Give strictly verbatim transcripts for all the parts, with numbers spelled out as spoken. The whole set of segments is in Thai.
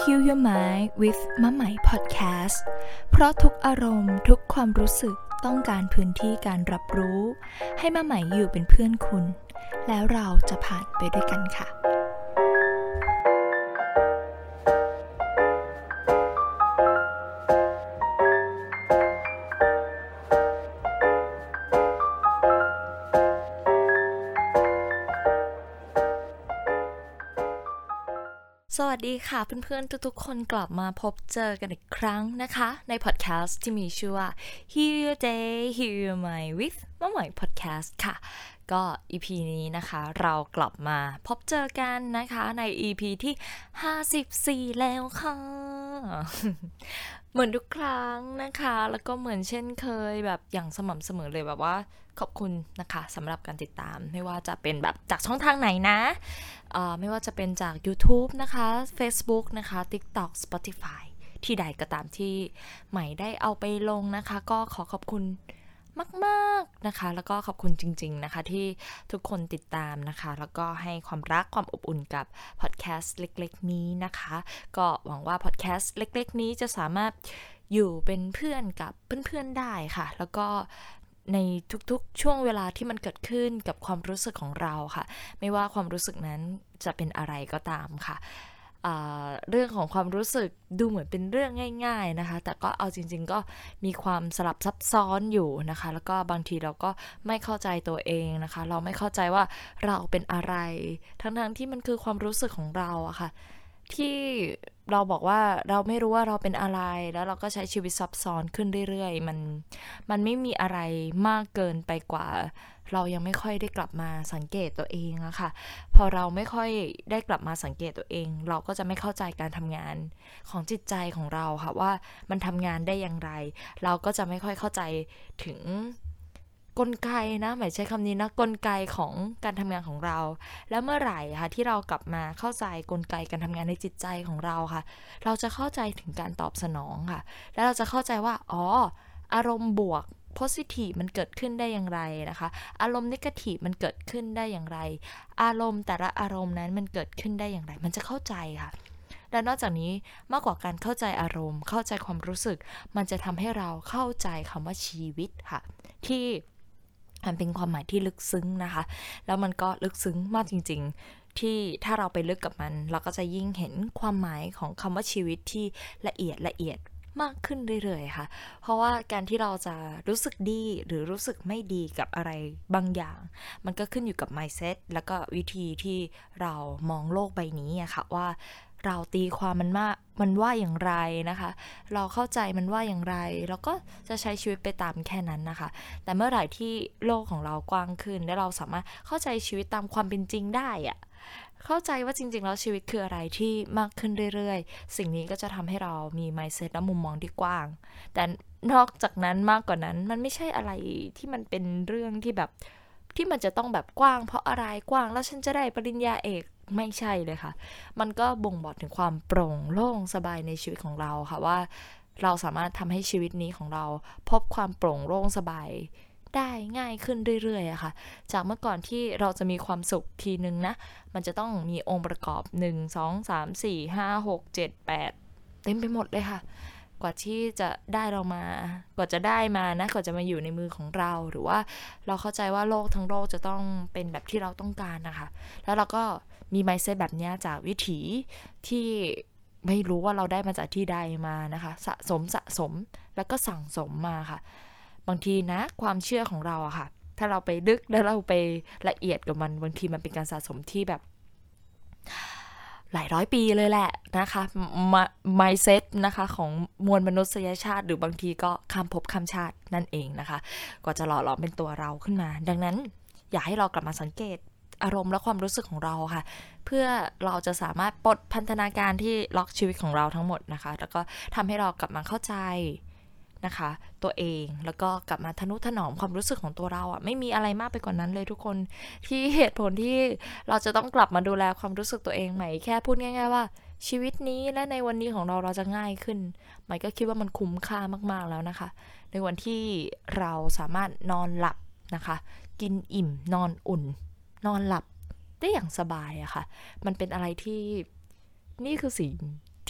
Heal Your Mind with มะไหม Podcast เพราะทุกอารมณ์ทุกความรู้สึกต้องการพื้นที่การรับรู้ให้มะไหมอยู่เป็นเพื่อนคุณแล้วเราจะผ่านไปด้วยกันค่ะสวัสดีค่ะเพื่อนๆทุกๆคนกลับมาพบเจอกันอีกครั้งนะคะในพอดแคสต์ที่มีชื่อว่า Heal Your Day Heal Your Mind with มะไหม Podcast ค่ะก็ อี พี นี้นะคะเรากลับมาพบเจอกันนะคะใน อี พี ที่ห้าสิบสี่แล้วค่ะ เหมือนทุกครั้งนะคะแล้วก็เหมือนเช่นเคยแบบอย่างสม่ำเสมอเลยแบบว่าขอบคุณนะคะสำหรับการติดตามไม่ว่าจะเป็นแบบจากช่องทางไหนนะไม่ว่าจะเป็นจาก YouTube นะคะ Facebook นะคะ TikTok Spotify ที่ใดก็ตามที่ใหม่ได้เอาไปลงนะคะก็ขอขอบคุณมากๆนะคะแล้วก็ขอบคุณจริงๆนะคะที่ทุกคนติดตามนะคะแล้วก็ให้ความรักความอบอุ่นกับพอดแคสต์เล็กๆนี้นะคะก็หวังว่าพอดแคสต์เล็กๆนี้จะสามารถอยู่เป็นเพื่อนกับเพื่อนๆได้ค่ะแล้วก็ในทุกๆช่วงเวลาที่มันเกิดขึ้นกับความรู้สึกของเราค่ะไม่ว่าความรู้สึกนั้นจะเป็นอะไรก็ตามค่ะเรื่องของความรู้สึกดูเหมือนเป็นเรื่องง่ายๆนะคะแต่ก็เอาจริงๆก็มีความสลับซับซ้อนอยู่นะคะแล้วก็บางทีเราก็ไม่เข้าใจตัวเองนะคะเราไม่เข้าใจว่าเราเป็นอะไรทั้งๆที่มันคือความรู้สึกของเราอะค่ะที่เราบอกว่าเราไม่รู้ว่าเราเป็นอะไรแล้วเราก็ใช้ชีวิตซับซ้อนขึ้นเรื่อยๆมันมันไม่มีอะไรมากเกินไปกว่าเรายังไม่ค่อยได้กลับมาสังเกตตัวเองอะค่ะพอเราไม่ค่อยได้กลับมาสังเกตตัวเองเราก็จะไม่เข้าใจการทำงานของจิตใจของเราค่ะว่ามันทำงานได้อย่างไรเราก็จะไม่ค่อยเข้าใจถึงกลไกนะหมายใช้คำนี้นะกลไกของการทำงานของเราแล้วเมื่อไหร่ค่ะที่เรากลับมาเข้าใจกลไกการทำงานในจิตใจของเราค่ะเราจะเข้าใจถึงการตอบสนองค่ะแล้วเราจะเข้าใจว่าอ๋ออารมณ์บวกpositive มันเกิดขึ้นได้อย่างไรนะคะอารมณ์ negative มันเกิดขึ้นได้อย่างไรอารมณ์แต่ละอารมณ์นั้นมันเกิดขึ้นได้อย่างไรมันจะเข้าใจค่ะและนอกจากนี้มากกว่าการเข้าใจอารมณ์เข้าใจความรู้สึกมันจะทำให้เราเข้าใจคำว่าชีวิตค่ะที่มันเป็นความหมายที่ลึกซึ้งนะคะแล้วมันก็ลึกซึ้งมากจริงๆที่ถ้าเราไปลึกกับมันเราก็จะยิ่งเห็นความหมายของคำว่าชีวิตที่ละเอียดละเอียดมากขึ้นเรื่อยๆค่ะเพราะว่าการที่เราจะรู้สึกดีหรือรู้สึกไม่ดีกับอะไรบางอย่างมันก็ขึ้นอยู่กับ mindset แล้วก็วิธีที่เรามองโลกใบนี้อะค่ะว่าเราตีความมันมามันว่าอย่างไรนะคะเราเข้าใจมันว่าอย่างไรแล้วก็จะใช้ชีวิตไปตามแค่นั้นนะคะแต่เมื่อไหร่ที่โลกของเรากว้างขึ้นและเราสามารถเข้าใจชีวิตตามความเป็นจริงได้อะเข้าใจว่าจริงๆแล้วชีวิตคืออะไรที่มากขึ้นเรื่อยๆสิ่งนี้ก็จะทำให้เรามี mindset และมุมมองที่กว้างแต่นอกจากนั้นมากกว่านั้นมันไม่ใช่อะไรที่มันเป็นเรื่องที่แบบที่มันจะต้องแบบกว้างเพราะอะไรกว้างแล้วฉันจะได้ปริญญาเอกไม่ใช่เลยค่ะมันก็บ่งบอกถึงความโปร่งโล่งสบายในชีวิตของเราค่ะว่าเราสามารถทำให้ชีวิตนี้ของเราพบความโปร่งโล่งสบายได้ง่ายขึ้นเรื่อยๆอะค่ะจากเมื่อก่อนที่เราจะมีความสุขทีนึงนะมันจะต้องมีองค์ประกอบหนึ่ง สอง สาม สี่ ห้า หก เจ็ด แปดเต็มไปหมดเลยค่ะกว่าที่จะได้เรามากว่าจะได้มานะกว่าจะมาอยู่ในมือของเราหรือว่าเราเข้าใจว่าโลกทั้งโลกจะต้องเป็นแบบที่เราต้องการนะคะแล้วเราก็มี mindset แบบนี้จากวิถีที่ไม่รู้ว่าเราได้มาจากที่ใดมานะคะสะสมสะสมแล้วก็สั่งสมมาค่ะบางทีนะความเชื่อของเราอะค่ะถ้าเราไปลึกแล้วเราไปละเอียดกับมันบางทีมันเป็นการสะสมที่แบบหลายร้อยปีเลยแหละนะคะ mindset นะคะของมวลมนุษยชาติหรือบางทีก็ข้ามภพข้ามชาตินั่นเองนะคะกว่าจะหล่อหลอมเป็นตัวเราขึ้นมาดังนั้นอยากให้เรากลับมาสังเกตอารมณ์และความรู้สึกของเราค่ะเพื่อเราจะสามารถปลดพันธนาการที่ล็อกชีวิตของเราทั้งหมดนะคะแล้วก็ทำให้เรากลับมาเข้าใจนะคะตัวเองแล้วก็กลับมาทนุถนอมความรู้สึกของตัวเราอ่ะไม่มีอะไรมากไปกว่านั้นเลยทุกคนที่เหตุผลที่เราจะต้องกลับมาดูแลความรู้สึกตัวเองใหม่แค่พูดง่ายๆว่าชีวิตนี้และในวันนี้ของเราเราจะง่ายขึ้นใหม่ก็คิดว่ามันคุ้มค่ามากๆแล้วนะคะในวันที่เราสามารถนอนหลับนะคะกินอิ่มนอนอุ่นนอนหลับได้อย่างสบายอะค่ะมันเป็นอะไรที่นี่คือสิ่ง ท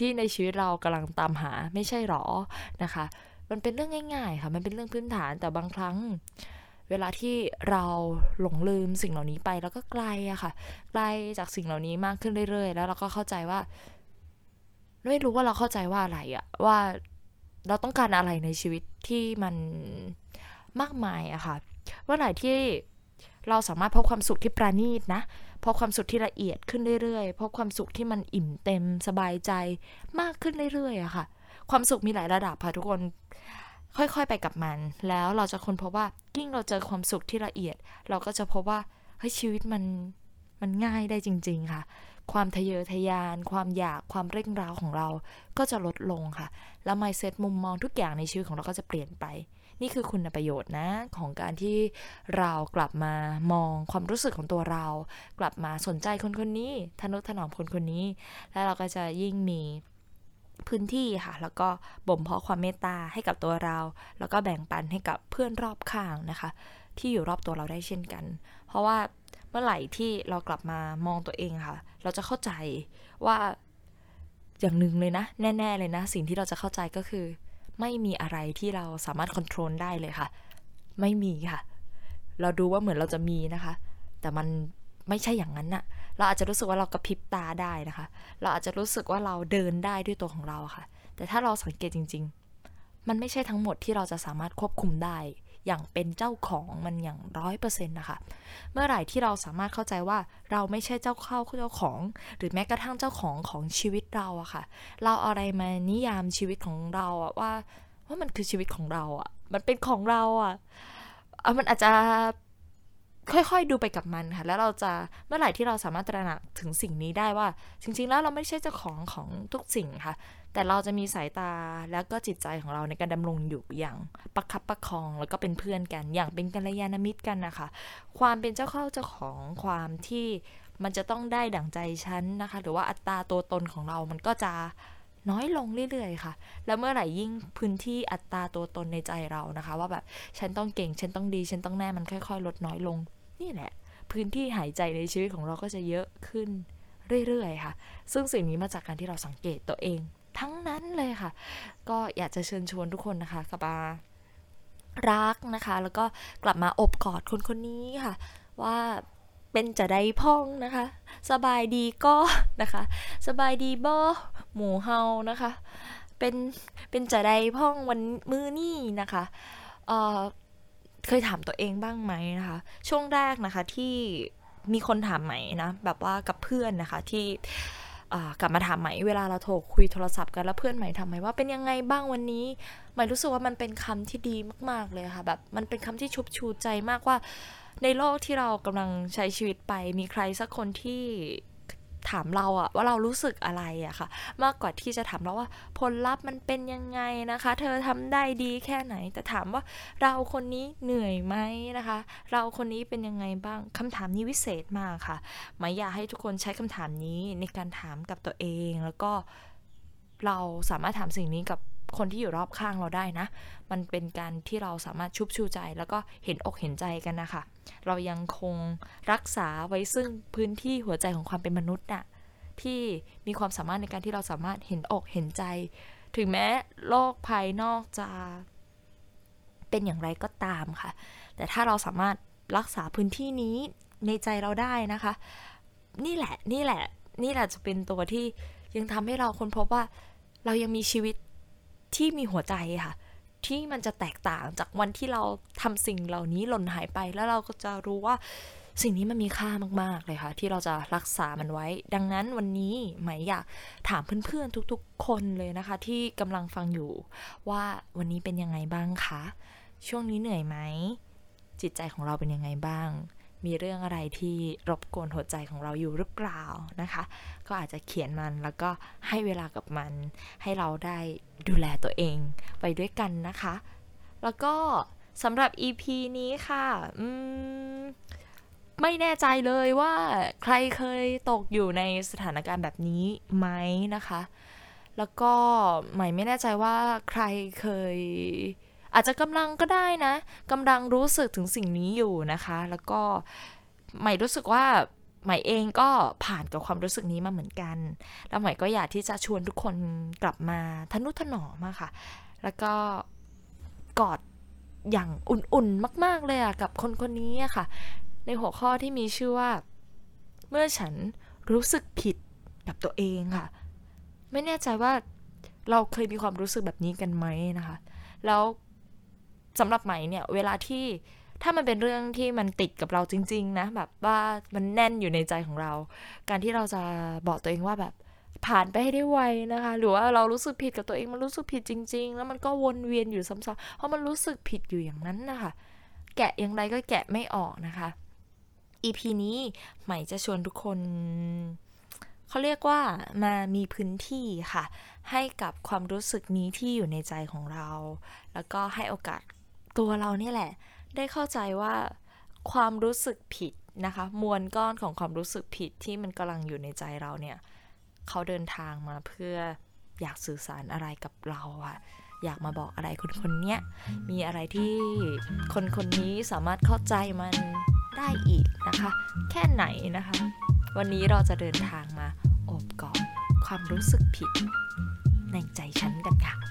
ที่ในชีวิตเรากำลังตามหาไม่ใช่หรอนะคะมันเป็นเรื่องง่ายๆค่ะมันเป็นเรื่องพื้นฐานแต่บางครั้งเวลาที่เราหลงลืมสิ่งเหล่านี้ไปแล้วก็ไกลอะค่ะไกลจากสิ่งเหล่านี้มากขึ้นเรื่อยๆแล้วเราก็เข้าใจว่าไม่รู้ว่าเราเข้าใจว่าอะไรอะว่าเราต้องการอะไรในชีวิตที่มันมากมายอะค่ะเมื่อไหร่ที่เราสามารถพบความสุขที่ประณีตนะพบความสุขที่ละเอียดขึ้นเรื่อยๆพบความสุขที่มันอิ่มเต็มสบายใจมากขึ้นเรื่อยๆอะค่ะความสุขมีหลายระดับค่ะทุกคนค่อยๆไปกับมันแล้วเราจะค้นพบว่ายิ่งเราเจอความสุขที่ละเอียดเราก็จะพบว่าเฮ้ยชีวิตมันมันง่ายได้จริงๆค่ะความทะเยอทะยานความอยากความเร่งร้าวของเราก็จะลดลงค่ะแล้ว mindset มุมมองทุกอย่างในชีวิตของเราก็จะเปลี่ยนไปนี่คือคุณประโยชน์นะของการที่เรากลับมามองความรู้สึกของตัวเรากลับมาสนใจคนคนนี้ทนุถนอมคนคนนี้แล้วเราก็จะยิ่งมีพื้นที่ค่ะแล้วก็บ่มเพาะความเมตตาให้กับตัวเราแล้วก็แบ่งปันให้กับเพื่อนรอบข้างนะคะที่อยู่รอบตัวเราได้เช่นกันเพราะว่าเมื่อไหร่ที่เรากลับมามองตัวเองค่ะเราจะเข้าใจว่าอย่างหนึ่งเลยนะแน่ๆเลยนะสิ่งที่เราจะเข้าใจก็คือไม่มีอะไรที่เราสามารถควบคุมได้เลยค่ะไม่มีค่ะเราดูว่าเหมือนเราจะมีนะคะแต่มันไม่ใช่อย่างนั้นน่ะเราอาจจะรู้สึกว่าเรากระพริบตาได้นะคะเราอาจจะรู้สึกว่าเราเดินได้ด้วยตัวของเราค่ะแต่ถ้าเราสังเกตจริงๆมันไม่ใช่ทั้งหมดที่เราจะสามารถควบคุมได้อย่างเป็นเจ้าของมันอย่างร้อยเปอร์เซ็นต์นะคะเมื่อไหร่ที่เราสามารถเข้าใจว่าเราไม่ใช่เจ้าเข้าเจ้าของหรือแม้กระทั่งเจ้าของของชีวิตเราอะค่ะเราเอาอะไรมานิยามชีวิตของเราอะว่าว่ามันคือชีวิตของเราอะมันเป็นของเราอะเอามันอาจจะค่อยๆดูไปกับมันค่ะแล้วเราจะเมื่อไหร่ที่เราสามารถตระหนักถึงสิ่งนี้ได้ว่าจริงๆแล้วเราไม่ใช่เจ้าของของทุกสิ่งค่ะแต่เราจะมีสายตาแล้วก็จิตใจของเราในการดำรงอยู่อย่างประคับประคองแล้วก็เป็นเพื่อนกันอย่างเป็นกัลยาณมิตรกันนะคะความเป็นเจ้าเข้าเจ้าของความที่มันจะต้องได้ดั่งใจฉันนะคะหรือว่าอัตราตัวตนของเรามันก็จะน้อยลงเรื่อยๆค่ะแล้วเมื่อไหร่ยิ่งพื้นที่อัตราตัวตนในใจเรานะคะว่าแบบฉันต้องเก่งฉันต้องดีฉันต้องแน่มันค่อยๆลดน้อยลงนี่แหละพื้นที่หายใจในชีวิตของเราก็จะเยอะขึ้นเรื่อยๆค่ะซึ่งสิ่งนี้มาจากการที่เราสังเกตตัวเองทั้งนั้นเลยค่ะก็อยากจะเชิญชวนทุกคนนะคะกลับมารักนะคะแล้วก็กลับมาอบกอดคนคนนี้ค่ะว่าเป็นจะได้พ่องนะคะสบายดีก็นะคะสบายดีบ่หมูเฮานะคะเป็นเป็นจะได้พ่องวันมือนี่นะคะเอ่อเคยถามตัวเองบ้างไหมนะคะช่วงแรกนะคะที่มีคนถามไหมนะแบบว่ากับเพื่อนนะคะที่กลับมาถามใหม่เวลาเราโทรคุยโทรศัพท์กันแล้วเพื่อนใหม่ถามใหม่ว่าเป็นยังไงบ้างวันนี้ใหม่รู้สึกว่ามันเป็นคำที่ดีมากๆเลยค่ะแบบมันเป็นคำที่ชุบชูใจมากว่าในโลกที่เรากำลังใช้ชีวิตไปมีใครสักคนที่ถามเราอะว่าเรารู้สึกอะไรอะค่ะมากกว่าที่จะถามเราว่าผลลัพธ์มันเป็นยังไงนะคะเธอทำได้ดีแค่ไหนแต่ถามว่าเราคนนี้เหนื่อยไหมนะคะเราคนนี้เป็นยังไงบ้างคำถามนี้วิเศษมากค่ะหมายอยากให้ทุกคนใช้คำถามนี้ในการถามกับตัวเองแล้วก็เราสามารถถามสิ่งนี้กับคนที่อยู่รอบข้างเราได้นะมันเป็นการที่เราสามารถชุบชูใจแล้วก็เห็นอกเห็นใจกันนะคะเรายังคงรักษาไว้ซึ่งพื้นที่หัวใจของความเป็นมนุษย์น่ะที่มีความสามารถในการที่เราสามารถเห็นอกเห็นใจถึงแม้โลกภายนอกจะเป็นอย่างไรก็ตามค่ะแต่ถ้าเราสามารถรักษาพื้นที่นี้ในใจเราได้นะคะนี่แหละนี่แหละนี่แหละจะเป็นตัวที่ยังทำให้เราค้นพบว่าเรายังมีชีวิตที่มีหัวใจค่ะที่มันจะแตกต่างจากวันที่เราทำสิ่งเหล่านี้หล่นหายไปแล้วเราก็จะรู้ว่าสิ่งนี้มันมีค่ามากๆเลยค่ะที่เราจะรักษามันไว้ดังนั้นวันนี้หมายอยากถามเพื่อนๆทุกๆคนเลยนะคะที่กำลังฟังอยู่ว่าวันนี้เป็นยังไงบ้างคะช่วงนี้เหนื่อยไหมจิตใจของเราเป็นยังไงบ้างมีเรื่องอะไรที่รบกวนหัวใจของเราอยู่หรือเปล่านะคะก็อาจจะเขียนมันแล้วก็ให้เวลากับมันให้เราได้ดูแลตัวเองไปด้วยกันนะคะแล้วก็สำหรับ อี พี นี้ค่ะอืมไม่แน่ใจเลยว่าใครเคยตกอยู่ในสถานการณ์แบบนี้ไหมนะคะแล้วก็ใหม่ไม่แน่ใจว่าใครเคยอาจจะกำลังก็ได้นะกำลังรู้สึกถึงสิ่งนี้อยู่นะคะแล้วก็ใหม่รู้สึกว่าใหม่เองก็ผ่านกับความรู้สึกนี้มาเหมือนกันแล้วใหม่ก็อยากที่จะชวนทุกคนกลับมาทนุถนอมอะค่ะแล้วก็กอดอย่างอุ่นๆมากๆเลยอะกับคนคนนี้อะค่ะในหัวข้อที่มีชื่อว่าเมื่อฉันรู้สึกผิดกับตัวเองค่ะไม่แน่ใจว่าเราเคยมีความรู้สึกแบบนี้กันไหมนะคะแล้วสำหรับใหม่เนี่ยเวลาที่ถ้ามันเป็นเรื่องที่มันติดกับเราจริงๆนะแบบว่ามันแน่นอยู่ในใจของเราการที่เราจะบอกตัวเองว่าแบบผ่านไปให้ได้ไวนะคะหรือว่าเรารู้สึกผิดกับตัวเองมันรู้สึกผิดจริงๆแล้วมันก็วนเวียนอยู่ซ้ำๆเพราะมันรู้สึกผิดอยู่อย่างนั้นนะคะแกะอย่างไรก็แกะไม่ออกนะคะ อี พี นี้ใหม่จะชวนทุกคนเขาเรียกว่ามามีพื้นที่ค่ะให้กับความรู้สึกนี้ที่อยู่ในใจของเราแล้วก็ให้โอกาสตัวเราเนี่ยแหละได้เข้าใจว่าความรู้สึกผิดนะคะมวลก้อนของความรู้สึกผิดที่มันกำลังอยู่ในใจเราเนี่ยเขาเดินทางมาเพื่ออยากสื่อสารอะไรกับเราอะอยากมาบอกอะไรคนคนนี้มีอะไรที่คนคนนี้สามารถเข้าใจมันได้อีกนะคะแค่ไหนนะคะวันนี้เราจะเดินทางมาโอบกอดความรู้สึกผิดในใจฉันกันค่ะ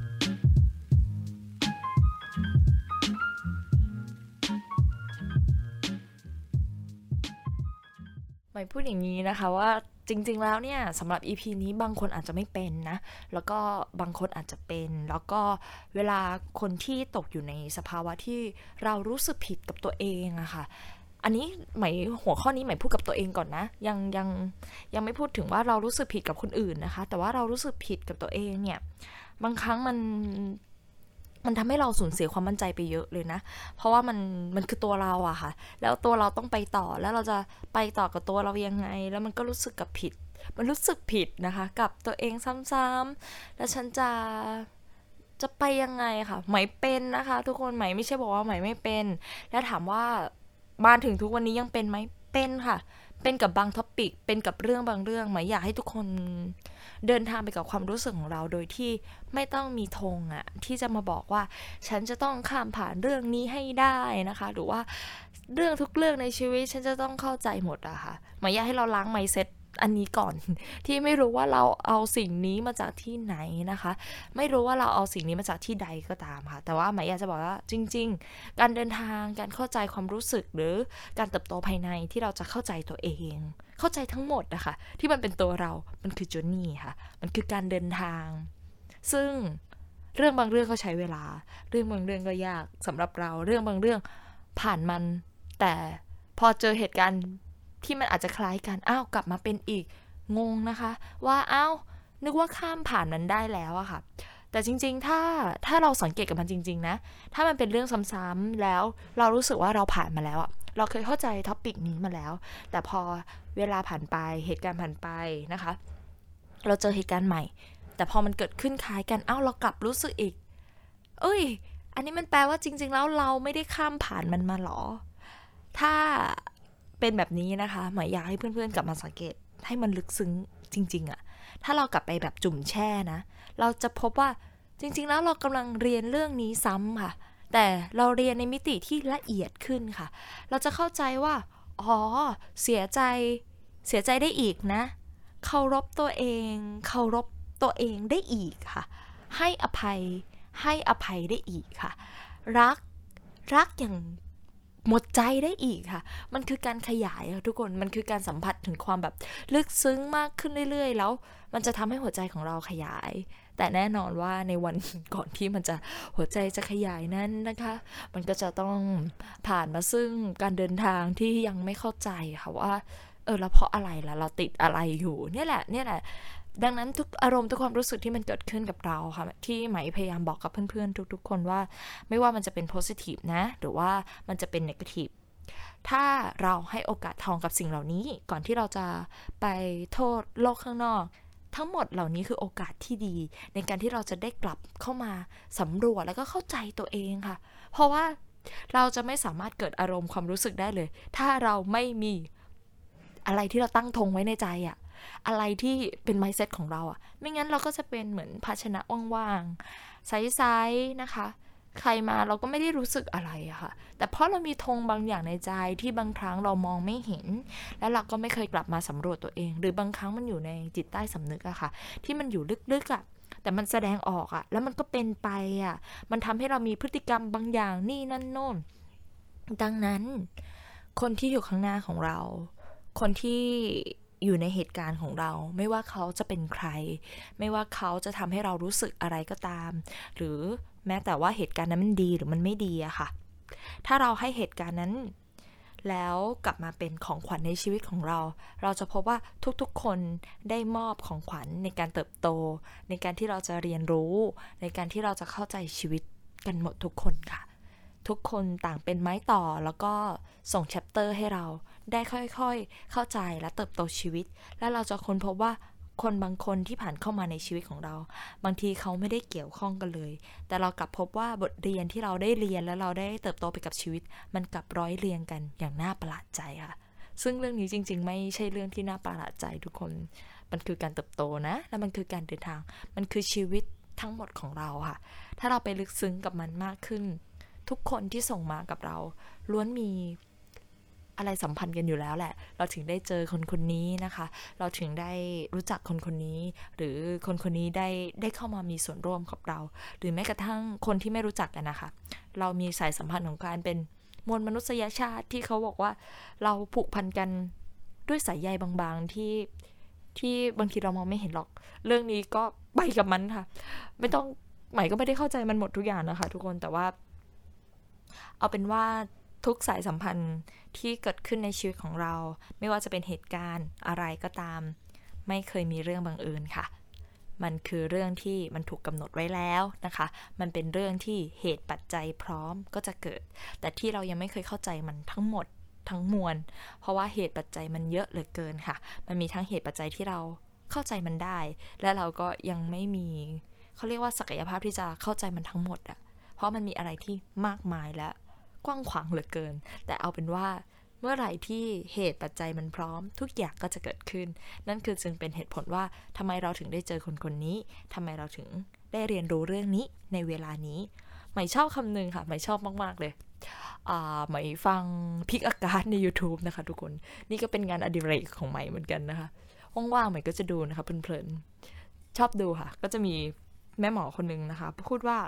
หมายพูดอย่างนี้นะคะว่าจริงๆแล้วเนี่ยสำหรับ อี พี นี้บางคนอาจจะไม่เป็นนะแล้วก็บางคนอาจจะเป็นแล้วก็เวลาคนที่ตกอยู่ในสภาวะที่เรารู้สึกผิดกับตัวเองอะค่ะอันนี้หมายหัวข้อนี้หมายพูดกับตัวเองก่อนนะยังยังยังไม่พูดถึงว่าเรารู้สึกผิดกับคนอื่นนะคะแต่ว่าเรารู้สึกผิดกับตัวเองเนี่ยบางครั้งมันมันทำให้เราสูญเสียความมั่นใจไปเยอะเลยนะเพราะว่ามันมันคือตัวเราอะค่ะแล้วตัวเราต้องไปต่อแล้วเราจะไปต่อกับตัวเรายังไงแล้วมันก็รู้สึกกับผิดมันรู้สึกผิดนะคะกับตัวเองซ้ำๆแล้วฉันจะจะไปยังไงค่ะไหมเป็นนะคะทุกคนไหมไม่ใช่บอกว่าไหมไม่เป็นแล้วถามว่ามาถึงทุกวันนี้ยังเป็นไหมเป็นค่ะเป็นกับบางท็อปิกเป็นกับเรื่องบางเรื่องไหมอยากให้ทุกคนเดินทางไปกับความรู้สึกของเราโดยที่ไม่ต้องมีธงอะที่จะมาบอกว่าฉันจะต้องข้ามผ่านเรื่องนี้ให้ได้นะคะหรือว่าเรื่องทุกเรื่องในชีวิตฉันจะต้องเข้าใจหมดอะค่ะไหมอยากให้เราล้าง mindset อันนี้ก่อนที่ไม่รู้ว่าเราเอาสิ่งนี้มาจากที่ไหนนะคะไม่รู้ว่าเราเอาสิ่งนี้มาจากที่ใดก็ตามค่ะแต่ว่าหมายอยากจะบอกว่าจริงๆการเดินทางการเข้าใจความรู้สึกหรือการเติบโตภายในที่เราจะเข้าใจตัวเองเข้าใจทั้งหมดนะคะที่มันเป็นตัวเรามันคือ journey ค่ะมันคือการเดินทางซึ่งเรื่องบางเรื่องก็ใช้เวลาเรื่องบางเรื่องก็ยากสำหรับเราเรื่องบางเรื่องผ่านมันแต่พอเจอเหตุการณ์ที่มันอาจจะคล้ายกันอ้าวกลับมาเป็นอีกงงนะคะว่าอ้าวนึกว่าข้ามผ่านมันได้แล้วอะค่ะแต่จริงๆถ้าถ้าเราสังเกตกับมันจริงๆนะถ้ามันเป็นเรื่องซ้ำๆแล้วเรารู้สึกว่าเราผ่านมาแล้วอะเราเคยเข้าใจท็อปิกนี้มาแล้วแต่พอเวลาผ่านไปเหตุการณ์ผ่านไปนะคะเราเจอเหตุการณ์ใหม่แต่พอมันเกิดขึ้นคล้ายกันอ้าวเรากลับรู้สึกอีกเอ้ยอันนี้มันแปลว่าจริงๆแล้วเราไม่ได้ข้ามผ่านมันมาหรอถ้าเป็นแบบนี้นะคะหมายอยากให้เพื่อนๆกลับมาสังเกตให้มันลึกซึ้งจริงๆอะถ้าเรากลับไปแบบจุ่มแช่นะเราจะพบว่าจริงๆแล้วเรากำลังเรียนเรื่องนี้ซ้ำค่ะแต่เราเรียนในมิติที่ละเอียดขึ้นค่ะเราจะเข้าใจว่าอ๋อเสียใจเสียใจได้อีกนะเคารพตัวเองเคารพตัวเองได้อีกค่ะให้อภัยให้อภัยได้อีกค่ะรักรักอย่างหมดใจได้อีกค่ะมันคือการขยายค่ะทุกคนมันคือการสัมผัสถึงความแบบลึกซึ้งมากขึ้นเรื่อยๆแล้วมันจะทำให้หัวใจของเราขยายแต่แน่นอนว่าในวันก่อนที่มันจะหัวใจจะขยายนั้นนะคะมันก็จะต้องผ่านมาซึ่งการเดินทางที่ยังไม่เข้าใจค่ะว่าเออแล้วเพราะอะไรล่ะเราติดอะไรอยู่เนี่ยแหละเนี่ยแหละดังนั้นทุกอารมณ์ทุกความรู้สึกที่มันเกิดขึ้นกับเราค่ะที่ไหมพยายามบอกกับเพื่อนๆทุกๆคนว่าไม่ว่ามันจะเป็น positive นะหรือว่ามันจะเป็น negative ถ้าเราให้โอกาสทองกับสิ่งเหล่านี้ก่อนที่เราจะไปโทษโลกข้างนอกทั้งหมดเหล่านี้คือโอกาสที่ดีในการที่เราจะได้กลับเข้ามาสำรวจแล้วก็เข้าใจตัวเองค่ะเพราะว่าเราจะไม่สามารถเกิดอารมณ์ความรู้สึกได้เลยถ้าเราไม่มีอะไรที่เราตั้งธงไว้ในใจอะอะไรที่เป็น mindset ของเราอะไม่งั้นเราก็จะเป็นเหมือนภาชนะว่างๆใสๆนะคะใครมาเราก็ไม่ได้รู้สึกอะไรอะค่ะแต่เพราะเรามีธงบางอย่างในใจที่บางครั้งเรามองไม่เห็นและเราก็ไม่เคยกลับมาสำรวจตัวเองหรือบางครั้งมันอยู่ในจิตใต้สำนึกอะค่ะที่มันอยู่ลึกๆอะแต่มันแสดงออกอะแล้วมันก็เป็นไปอะมันทำให้เรามีพฤติกรรมบางอย่างนี่นั่นโน่นดังนั้นคนที่อยู่ข้างหน้าของเราคนที่อยู่ในเหตุการณ์ของเราไม่ว่าเขาจะเป็นใครไม่ว่าเขาจะทำให้เรารู้สึกอะไรก็ตามหรือแม้แต่ว่าเหตุการณ์นั้นมันดีหรือมันไม่ดีอะค่ะถ้าเราให้เหตุการณ์นั้นแล้วกลับมาเป็นของขวัญในชีวิตของเราเราจะพบว่าทุกๆคนได้มอบของขวัญในการเติบโตในการที่เราจะเรียนรู้ในการที่เราจะเข้าใจชีวิตกันหมดทุกคนค่ะทุกคนต่างเป็นไม้ต่อแล้วก็ส่งแชปเตอร์ให้เราได้ค่อยๆเข้าใจและเติบโตชีวิตและเราจะค้นพบว่าคนบางคนที่ผ่านเข้ามาในชีวิตของเราบางทีเขาไม่ได้เกี่ยวข้องกันเลยแต่เรากลับพบว่าบทเรียนที่เราได้เรียนและเราได้เติบโตไปกับชีวิตมันกลับร้อยเรียงกันอย่างน่าประหลาดใจค่ะซึ่งเรื่องนี้จริงๆไม่ใช่เรื่องที่น่าประหลาดใจทุกคนมันคือการเติบโตนะและมันคือการเดินทางมันคือชีวิตทั้งหมดของเราค่ะถ้าเราไปลึกซึ้งกับมันมากขึ้นทุกคนที่ส่งมากับเราล้วนมีอะไรสัมพันธ์กันอยู่แล้วแหละเราถึงได้เจอคนคนนี้นะคะเราถึงได้รู้จักคนคนนี้หรือคนคนนี้ได้ได้เข้ามามีส่วนร่วมกับเราหรือแม้กระทั่งคนที่ไม่รู้จักกันนะคะเรามีสายสัมพันธ์ของการเป็นมวลมนุษยชาติที่เขาบอกว่าเราผูกพันกันด้วยสายใยบางๆที่ที่บางทีเรามองไม่เห็นหรอกเรื่องนี้ก็ไปกับมันค่ะไม่ต้องใหม่ก็ไม่ได้เข้าใจมันหมดทุกอย่างนะคะทุกคนแต่ว่าเอาเป็นว่าทุกสายสัมพันธ์ที่เกิดขึ้นในชีวิตของเราไม่ว่าจะเป็นเหตุการณ์อะไรก็ตามไม่เคยมีเรื่องบังเอิญค่ะมันคือเรื่องที่มันถูกกำหนดไว้แล้วนะคะมันเป็นเรื่องที่เหตุปัจจัยพร้อมก็จะเกิดแต่ที่เรายังไม่เคยเข้าใจมันทั้งหมดทั้งมวลเพราะว่าเหตุปัจจัยมันเยอะเหลือเกินค่ะมันมีทั้งเหตุปัจจัยที่เราเข้าใจมันได้และเราก็ยังไม่มีเขาเรียกว่าศักยภาพที่จะเข้าใจมันทั้งหมดอะเพราะมันมีอะไรที่มากมายและกว้างขวางเหลือเกินแต่เอาเป็นว่าเมื่อไหร่ที่เหตุปัจจัยมันพร้อมทุกอย่างก็จะเกิดขึ้นนั่นคือจึงเป็นเหตุผลว่าทำไมเราถึงได้เจอคนคนนี้ทำไมเราถึงได้เรียนรู้เรื่องนี้ในเวลานี้ใหม่ชอบคำหนึ่งค่ะใหม่ชอบมากๆเลยอ่าใหม่ฟังพิกอากาศใน YouTube นะคะทุกคนนี่ก็เป็นงานอดิเรกของใหม่เหมือนกันนะคะว่างๆใหม่ก็จะดูนะคะเพลินๆชอบดูค่ะก็จะมีแม่หมอคนนึงนะคะพูดว่า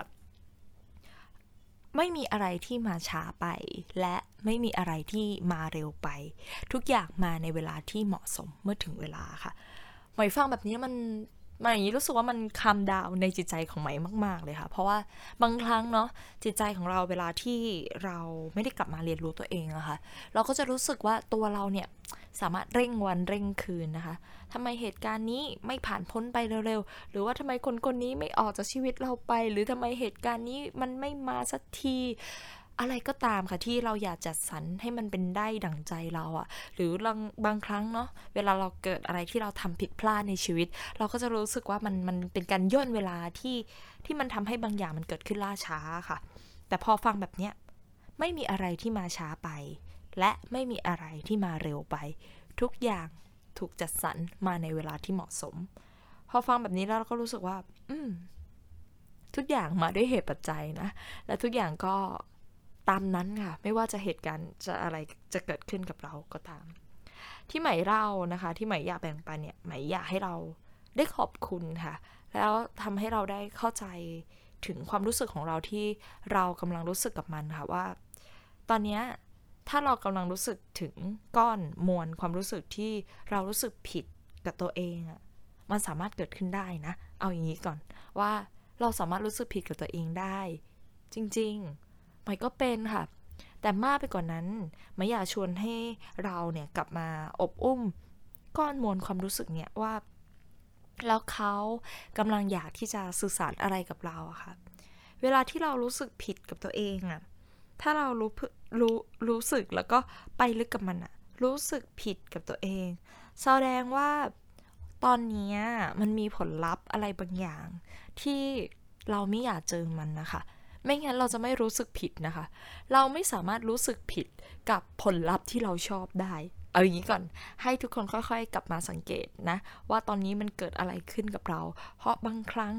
ไม่มีอะไรที่มาช้าไปและไม่มีอะไรที่มาเร็วไปทุกอย่างมาในเวลาที่เหมาะสมเมื่อถึงเวลาค่ะใหม่ฟังแบบนี้มันใหม่รู้สึกว่ามันคามดาวในจิตใจของใหม่มากๆเลยค่ะเพราะว่าบางครั้งเนาะจิตใจของเราเวลาที่เราไม่ได้กลับมาเรียนรู้ตัวเองอะค่ะเราก็จะรู้สึกว่าตัวเราเนี่ยสามารถเร่งวันเร่งคืนนะคะทำไมเหตุการณ์นี้ไม่ผ่านพ้นไปเร็วๆหรือว่าทำไมคนคนนี้ไม่ออกจากชีวิตเราไปหรือทำไมเหตุการณ์นี้มันไม่มาสักทีอะไรก็ตามค่ะที่เราอยากจัดสรรให้มันเป็นได้ดั่งใจเราอะหรือบางบางครั้งเนาะเวลาเราเกิดอะไรที่เราทำผิดพลาดในชีวิตเราก็จะรู้สึกว่ามันมันเป็นการย่นเวลาที่ที่มันทำให้บางอย่างมันเกิดขึ้นล่าช้าค่ะแต่พอฟังแบบเนี้ยไม่มีอะไรที่มาช้าไปและไม่มีอะไรที่มาเร็วไปทุกอย่างถูกจัดสรรมาในเวลาที่เหมาะสมพอฟังแบบนี้แล้วเราก็รู้สึกว่าอืมทุกอย่างมาด้วยเหตุปัจจัยนะและทุกอย่างก็ตามนั้นค่ะไม่ว่าจะเหตุการณ์จะอะไรจะเกิดขึ้นกับเราก็ตามที่ใหม่เล่านะคะที่ใหม่อยากแบ่งปันเนี่ยใหม่อยากให้เราได้ขอบคุณค่ะแล้วทำให้เราได้เข้าใจถึงความรู้สึกของเราที่เรากำลังรู้สึกกับมันค่ะว่าตอนนี้ถ้าเรากำลังรู้สึกถึงก้อนมวลความรู้สึกที่เรารู้สึกผิดกับตัวเองอะมันสามารถเกิดขึ้นได้นะเอาอย่างนี้ก่อนว่าเราสามารถรู้สึกผิดกับตัวเองได้จริงๆใหม่ก็เป็นค่ะแต่มากไปกว่านั้นใหม่อยากชวนให้เราเนี่ยกลับมาอบอุ้มก้อนมวลความรู้สึกเนี่ยว่าแล้วเขากำลังอยากที่จะสื่อสารอะไรกับเราอะค่ะเวลาที่เรารู้สึกผิดกับตัวเองอะถ้าเรารู้รู้รู้สึกแล้วก็ไปลึกกับมันอะรู้สึกผิดกับตัวเองแสดงว่าตอนนี้มันมีผลลัพธ์อะไรบางอย่างที่เราไม่อยากเจอมันนะคะไม่งั้นเราจะไม่รู้สึกผิดนะคะเราไม่สามารถรู้สึกผิดกับผลลัพธ์ที่เราชอบได้เอาอย่างนี้ก่อนให้ทุกคนค่อยๆกลับมาสังเกตนะว่าตอนนี้มันเกิดอะไรขึ้นกับเราเพราะบางครั้งเนาะ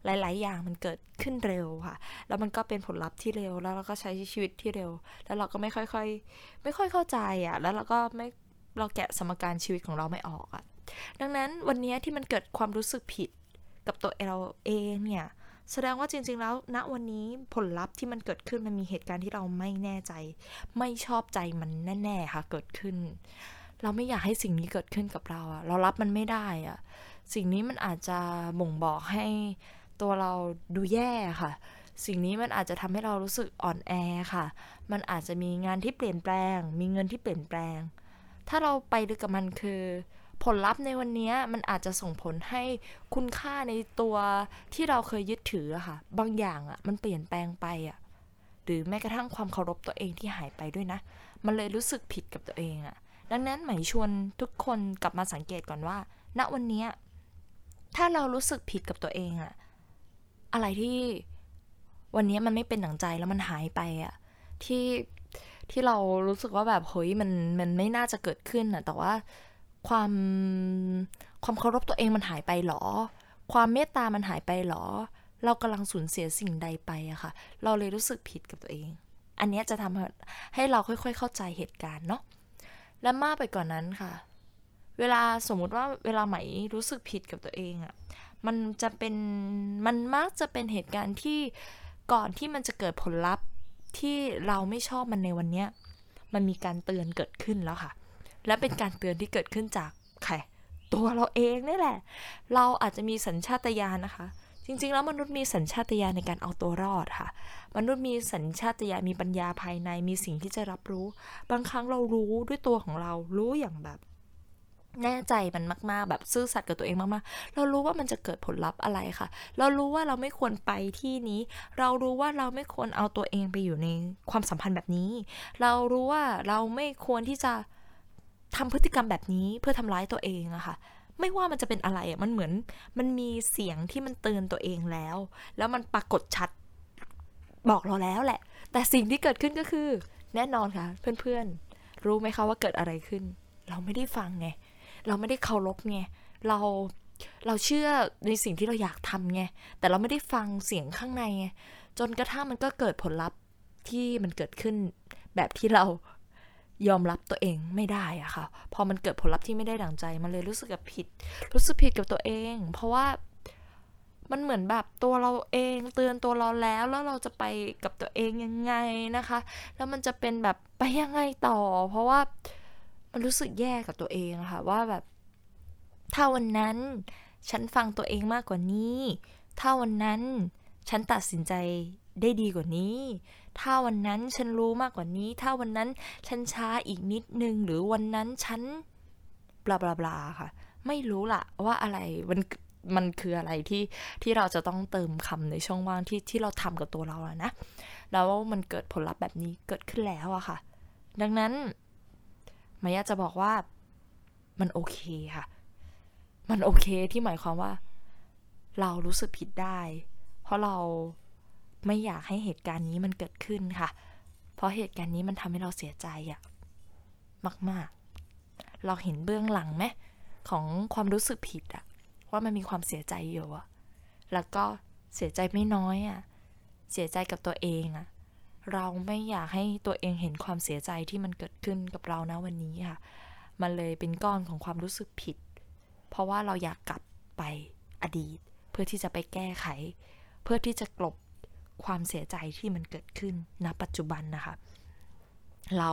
หลายๆอย่างมันเกิดขึ้นเร็วค่ะแล้วมันก็เป็นผลลัพธ์ที่เร็วแล้วเราก็ใช้ชีวิตที่เร็วแล้วเราก็ไม่ค่อยๆไม่ค่อยเข้าใจอ่ะแล้วเราก็ไม่เราแกะสมการชีวิตของเราไม่ออกอ่ะดังนั้นวันนี้ที่มันเกิดความรู้สึกผิดกับตัวเราเองเนี่ยแสดงว่าจริงๆแล้วณวันนี้ผลลัพธ์ที่มันเกิดขึ้นมันมีเหตุการณ์ที่เราไม่แน่ใจไม่ชอบใจมันแน่ๆค่ะเกิดขึ้นเราไม่อยากให้สิ่งนี้เกิดขึ้นกับเราอะเรารับมันไม่ได้อะสิ่งนี้มันอาจจะบ่งบอกให้ตัวเราดูแย่ค่ะสิ่งนี้มันอาจจะทำให้เรารู้สึกอ่อนแอค่ะมันอาจจะมีงานที่เปลี่ยนแปลงมีเงินที่เปลี่ยนแปลงถ้าเราไปลึกกับมันคือผลลัพธ์ในวันนี้มันอาจจะส่งผลให้คุณค่าในตัวที่เราเคยยึดถืออะค่ะบางอย่างอะมันเปลี่ยนแปลงไปอะหรือแม้กระทั่งความเคารพตัวเองที่หายไปด้วยนะมันเลยรู้สึกผิดกับตัวเองอะดังนั้นหมายชวนทุกคนกลับมาสังเกตก่อนว่าณวันนี้ถ้าเรารู้สึกผิดกับตัวเองอะอะไรที่วันนี้มันไม่เป็นดั่งใจแล้วมันหายไปอะที่ที่เรารู้สึกว่าแบบเฮ้ยมันมันไม่น่าจะเกิดขึ้นอะแต่ว่าความความเคารพตัวเองมันหายไปหรอความเมตตามันหายไปหรอเรากำลังสูญเสียสิ่งใดไปอะค่ะเราเลยรู้สึกผิดกับตัวเองอันนี้จะทำให้เราค่อยๆเข้าใจเหตุการณ์เนาะและมากไปกว่านั้นค่ะเวลาสมมุติว่าเวลาไหมรู้สึกผิดกับตัวเองอะมันจะเป็นมันมักจะเป็นเหตุการณ์ที่ก่อนที่มันจะเกิดผลลัพธ์ที่เราไม่ชอบมันในวันนี้มันมีการเตือนเกิดขึ้นแล้วค่ะและเป็นการเตือนที่เกิดขึ้นจากใครตัวเราเองนี่แหละเราอาจจะมีสัญชาตญาณนะคะจริงๆแล้วมนุษย์มีสัญชาตญาณในการเอาตัวรอดค่ะมนุษย์มีสัญชาตญาณมีปัญญาภายในมีสิ่งที่จะรับรู้บางครั้งเรารู้ด้วยตัวของเรารู้อย่างแบบแน่ใจมันมากๆแบบซื่อสัตย์กับตัวเองมากๆเรารู้ว่ามันจะเกิดผลลัพธ์อะไรค่ะเรารู้ว่าเราไม่ควรไปที่นี้เรารู้ว่าเราไม่ควรเอาตัวเองไปอยู่ในความสัมพันธ์แบบนี้เรารู้ว่าเราไม่ควรที่จะทำพฤติกรรมแบบนี้เพื่อทำร้ายตัวเองอะค่ะไม่ว่ามันจะเป็นอะไรอะมันเหมือนมันมีเสียงที่มันเตือนตัวเองแล้วแล้วมันปรากฏชัดบอกเราแล้วแหละแต่สิ่งที่เกิดขึ้นก็คือแน่นอนค่ะเพื่อนๆรู้ไหมคะว่าเกิดอะไรขึ้นเราไม่ได้ฟังไงเราไม่ได้เคารพไงเราเราเชื่อในสิ่งที่เราอยากทำไงแต่เราไม่ได้ฟังเสียงข้างในไงจนกระทั่งมันก็เกิดผลลัพธ์ที่มันเกิดขึ้นแบบที่เรายอมรับตัวเองไม่ได้อะค่ะพอมันเกิดผลลัพธ์ที่ไม่ได้ดั่งใจมันเลยรู้สึกกับผิดรู้สึกผิดกับตัวเองเพราะว่ามันเหมือนแบบตัวเราเองเตือนตัวเราแล้วแล้วเราจะไปกับตัวเองยังไงนะคะแล้วมันจะเป็นแบบไปยังไงต่อเพราะว่ามันรู้สึกแย่กับตัวเองอะค่ะว่าแบบถ้าวันนั้นฉันฟังตัวเองมากกว่านี้ถ้าวันนั้นฉันตัดสินใจได้ดีกว่านี้ถ้าวันนั้นฉันรู้มากกว่านี้ถ้าวันนั้นฉันช้าอีกนิดนึงหรือวันนั้นฉันบลาบลาบลาค่ะไม่รู้ล่ะว่าอะไรมันมันคืออะไรที่ที่เราจะต้องเติมคำในช่องว่างที่ที่เราทำกับตัวเราอะนะแล้วมันเกิดผลลัพธ์แบบนี้เกิดขึ้นแล้วอะค่ะดังนั้นมายาจะบอกว่ามันโอเคค่ะมันโอเคที่หมายความว่าเรารู้สึกผิดได้เพราะเราไม่อยากให้เหตุการณ์นี้มันเกิดขึ้นค่ะเพราะเหตุการณ์นี้มันทำให้เราเสียใจอะมากๆเราเห็นเบื้องหลังไหมของความรู้สึกผิดอะว่ามันมีความเสียใจอยู่อะแล้วก็เสียใจไม่น้อยอะเสียใจกับตัวเองอะเราไม่อยากให้ตัวเองเห็นความเสียใจที่มันเกิดขึ้นกับเรานะวันนี้ค่ะมันเลยเป็นก้อนของความรู้สึกผิดเพราะว่าเราอยากกลับไปอดีตเพื่อที่จะไปแก้ไขเพื่อที่จะกลบความเสียใจที่มันเกิดขึ้นณปัจจุบันนะคะเรา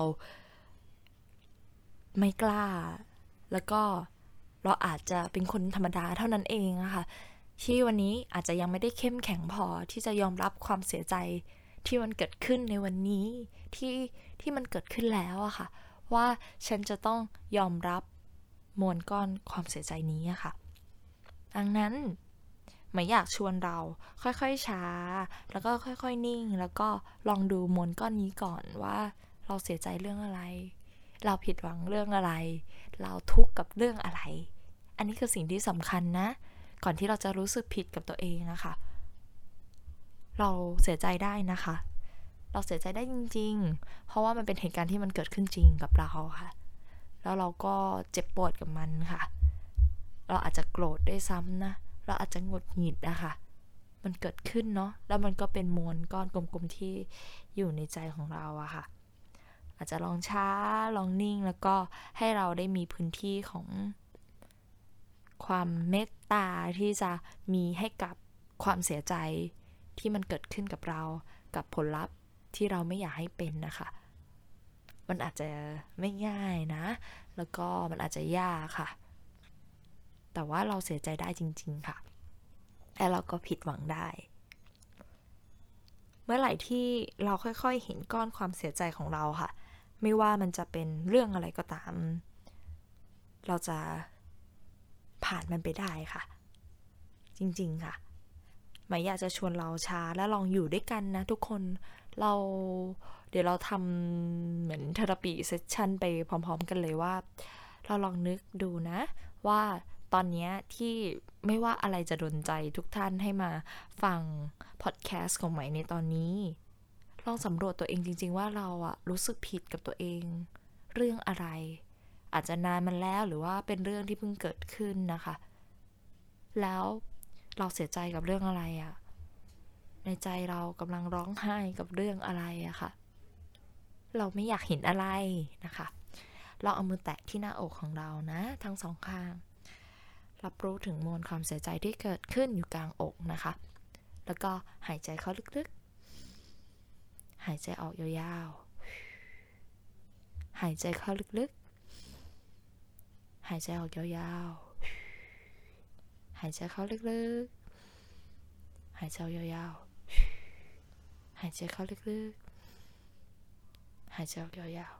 ไม่กล้าแล้วก็เราอาจจะเป็นคนธรรมดาเท่านั้นเองอะค่ะที่วันนี้อาจจะยังไม่ได้เข้มแข็งพอที่จะยอมรับความเสียใจที่มันเกิดขึ้นในวันนี้ที่ที่มันเกิดขึ้นแล้วอะค่ะว่าฉันจะต้องยอมรับมวลก้อนความเสียใจนี้อะค่ะดังนั้นไม่อยากชวนเราค่อยๆช้าแล้วก็ค่อยๆนิ่งแล้วก็ลองดูมวลก้อนนี้ก่อนว่าเราเสียใจเรื่องอะไรเราผิดหวังเรื่องอะไรเราทุกข์กับเรื่องอะไรอันนี้คือสิ่งที่สำคัญนะก่อนที่เราจะรู้สึกผิดกับตัวเองนะคะเราเสียใจได้นะคะเราเสียใจได้จริงๆเพราะว่ามันเป็นเหตุการณ์ที่มันเกิดขึ้นจริงกับเราค่ะแล้วเราก็เจ็บปวดกับมันค่ะเราอาจจะโกรธด้วยซ้ำนะเราอาจจะหงุดหงิดนะคะมันเกิดขึ้นเนาะแล้วมันก็เป็นมวลก้อนกลมๆที่อยู่ในใจของเราอะค่ะอาจจะลองช้าลองนิ่งแล้วก็ให้เราได้มีพื้นที่ของความเมตตาที่จะมีให้กับความเสียใจที่มันเกิดขึ้นกับเรากับผลลัพธ์ที่เราไม่อยากให้เป็นนะคะมันอาจจะไม่ง่ายนะแล้วก็มันอาจจะยากค่ะแต่ว่าเราเสียใจได้จริงๆค่ะและเราก็ผิดหวังได้เมื่อไหร่ที่เราค่อยๆเห็นก้อนความเสียใจของเราค่ะไม่ว่ามันจะเป็นเรื่องอะไรก็ตามเราจะผ่านมันไปได้ค่ะจริงๆค่ะหมายอยากจะชวนเราช้าและลองอยู่ด้วยกันนะทุกคนเราเดี๋ยวเราทำเหมือนเทอราปีเซสชั่นไปพร้อมๆกันเลยว่าเราลองนึกดูนะว่าตอนนี้ที่ไม่ว่าอะไรจะดลใจทุกท่านให้มาฟังพอดแคสต์ของใหม่ในตอนนี้ลองสำรวจตัวเองจริงๆว่าเราอะรู้สึกผิดกับตัวเองเรื่องอะไรอาจจะนานมันแล้วหรือว่าเป็นเรื่องที่เพิ่งเกิดขึ้นนะคะแล้วเราเสียใจกับเรื่องอะไรอะในใจเรากำลังร้องไห้กับเรื่องอะไรอะค่ะเราไม่อยากเห็นอะไรนะคะเราเอามือแตะที่หน้าอกของเรานะทั้งสองข้างรับรู้ถึงมวลความเสียใจที่เกิดขึ้นอยู่กลางอกนะคะแล้วก็หายใจเข้าลึกๆหายใจออกยาวๆหายใจเข้าลึกๆหายใจออกยาวๆหายใจเข้าลึกๆหายใจออกยาวๆหายใจเข้าลึกๆหายใจออกยาว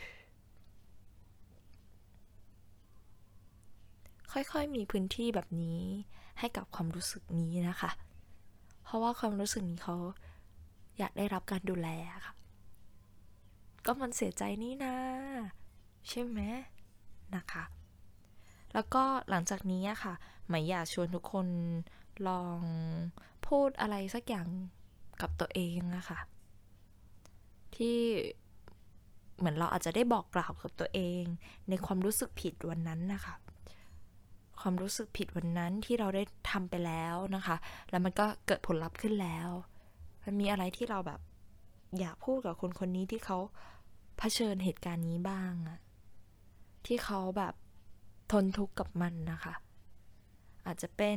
ๆค่อยๆมีพื้นที่แบบนี้ให้กับความรู้สึกนี้นะคะเพราะว่าความรู้สึกนี้เขาอยากได้รับการดูแลค่ะก็มันเสียใจนี่นะใช่ไหมนะคะแล้วก็หลังจากนี้ค่ะหมายอยากชวนทุกคนลองพูดอะไรสักอย่างกับตัวเองอะค่ะที่เหมือนเราอาจจะได้บอกกล่าวกับตัวเองในความรู้สึกผิดวันนั้นนะคะความรู้สึกผิดวันนั้นที่เราได้ทำไปแล้วนะคะแล้วมันก็เกิดผลลัพธ์ขึ้นแล้วมันมีอะไรที่เราแบบอยากพูดกับคนคนนี้ที่เขาเผชิญเหตุการณ์นี้บ้างอะที่เขาแบบทนทุกข์กับมันนะคะอาจจะเป็น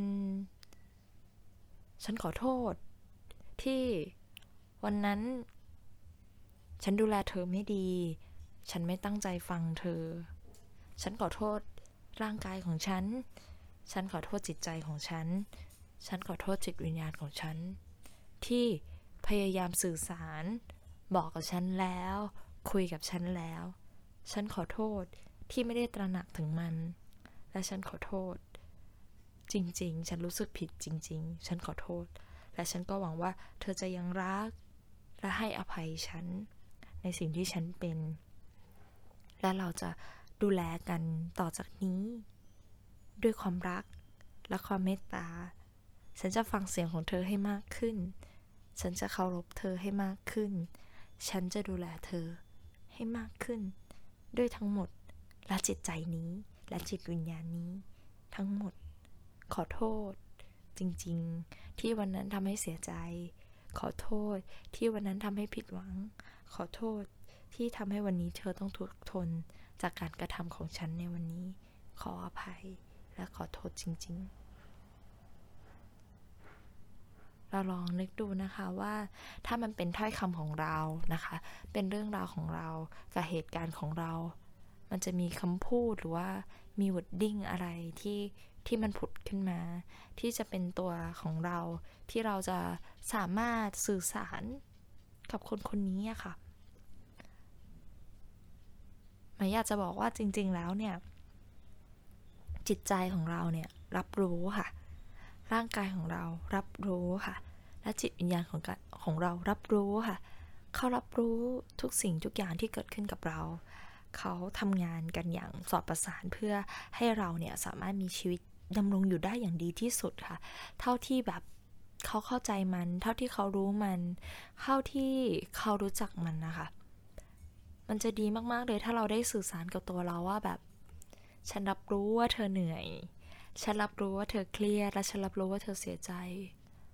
ฉันขอโทษที่วันนั้นฉันดูแลเธอไม่ดีฉันไม่ตั้งใจฟังเธอฉันขอโทษร่างกายของฉันฉันขอโทษจิตใจของฉันฉันขอโทษจิตวิญญาณของฉันที่พยายามสื่อสารบอกกับฉันแล้วคุยกับฉันแล้วฉันขอโทษที่ไม่ได้ตระหนักถึงมันและฉันขอโทษจริงๆฉันรู้สึกผิดจริงๆฉันขอโทษและฉันก็หวังว่าเธอจะยังรักและให้อภัยฉันในสิ่งที่ฉันเป็นและเราจะดูแลกันต่อจากนี้ด้วยความรักและความเมตตาฉันจะฟังเสียงของเธอให้มากขึ้นฉันจะเคารพเธอให้มากขึ้นฉันจะดูแลเธอให้มากขึ้นด้วยทั้งหมดและจิตใจนี้และจิตวิญญาณนี้ทั้งหมดขอโทษจริงๆที่วันนั้นทำให้เสียใจขอโทษที่วันนั้นทำให้ผิดหวังขอโทษที่ทำให้วันนี้เธอต้องทุกข์ทนจากการกระทำของฉันในวันนี้ขออภัยและขอโทษจริงๆเราลองนึกดูนะคะว่าถ้ามันเป็นถ้อยคำของเรานะคะเป็นเรื่องราวของเรากับเหตุการณ์ของเรามันจะมีคำพูดหรือว่ามี wording อะไรที่ที่มันผุดขึ้นมาที่จะเป็นตัวของเราที่เราจะสามารถสื่อสารกับคนคนนี้อะค่ะหมายอยากจะบอกว่าจริงๆแล้วเนี่ยจิตใจของเราเนี่ยรับรู้ค่ะร่างกายของเรารับรู้ค่ะและจิตวิญญาณของของเรารับรู้ค่ะเขารับรู้ทุกสิ่งทุกอย่างที่เกิดขึ้นกับเราเขาทำงานกันอย่างสอดประสานเพื่อให้เราเนี่ยสามารถมีชีวิตดำรงอยู่ได้อย่างดีที่สุดค่ะเท่าที่แบบเขาเข้าใจมันเท่าที่เขารู้มันเท่าที่เขารู้จักมันนะคะมันจะดีมากๆเลยถ้าเราได้สื่อสารกับตัวเราว่าแบบฉันรับรู้ว่าเธอเหนื่อยฉันรับรู้ว่าเธอเครียดและฉันรับรู้ว่าเธอเสียใจ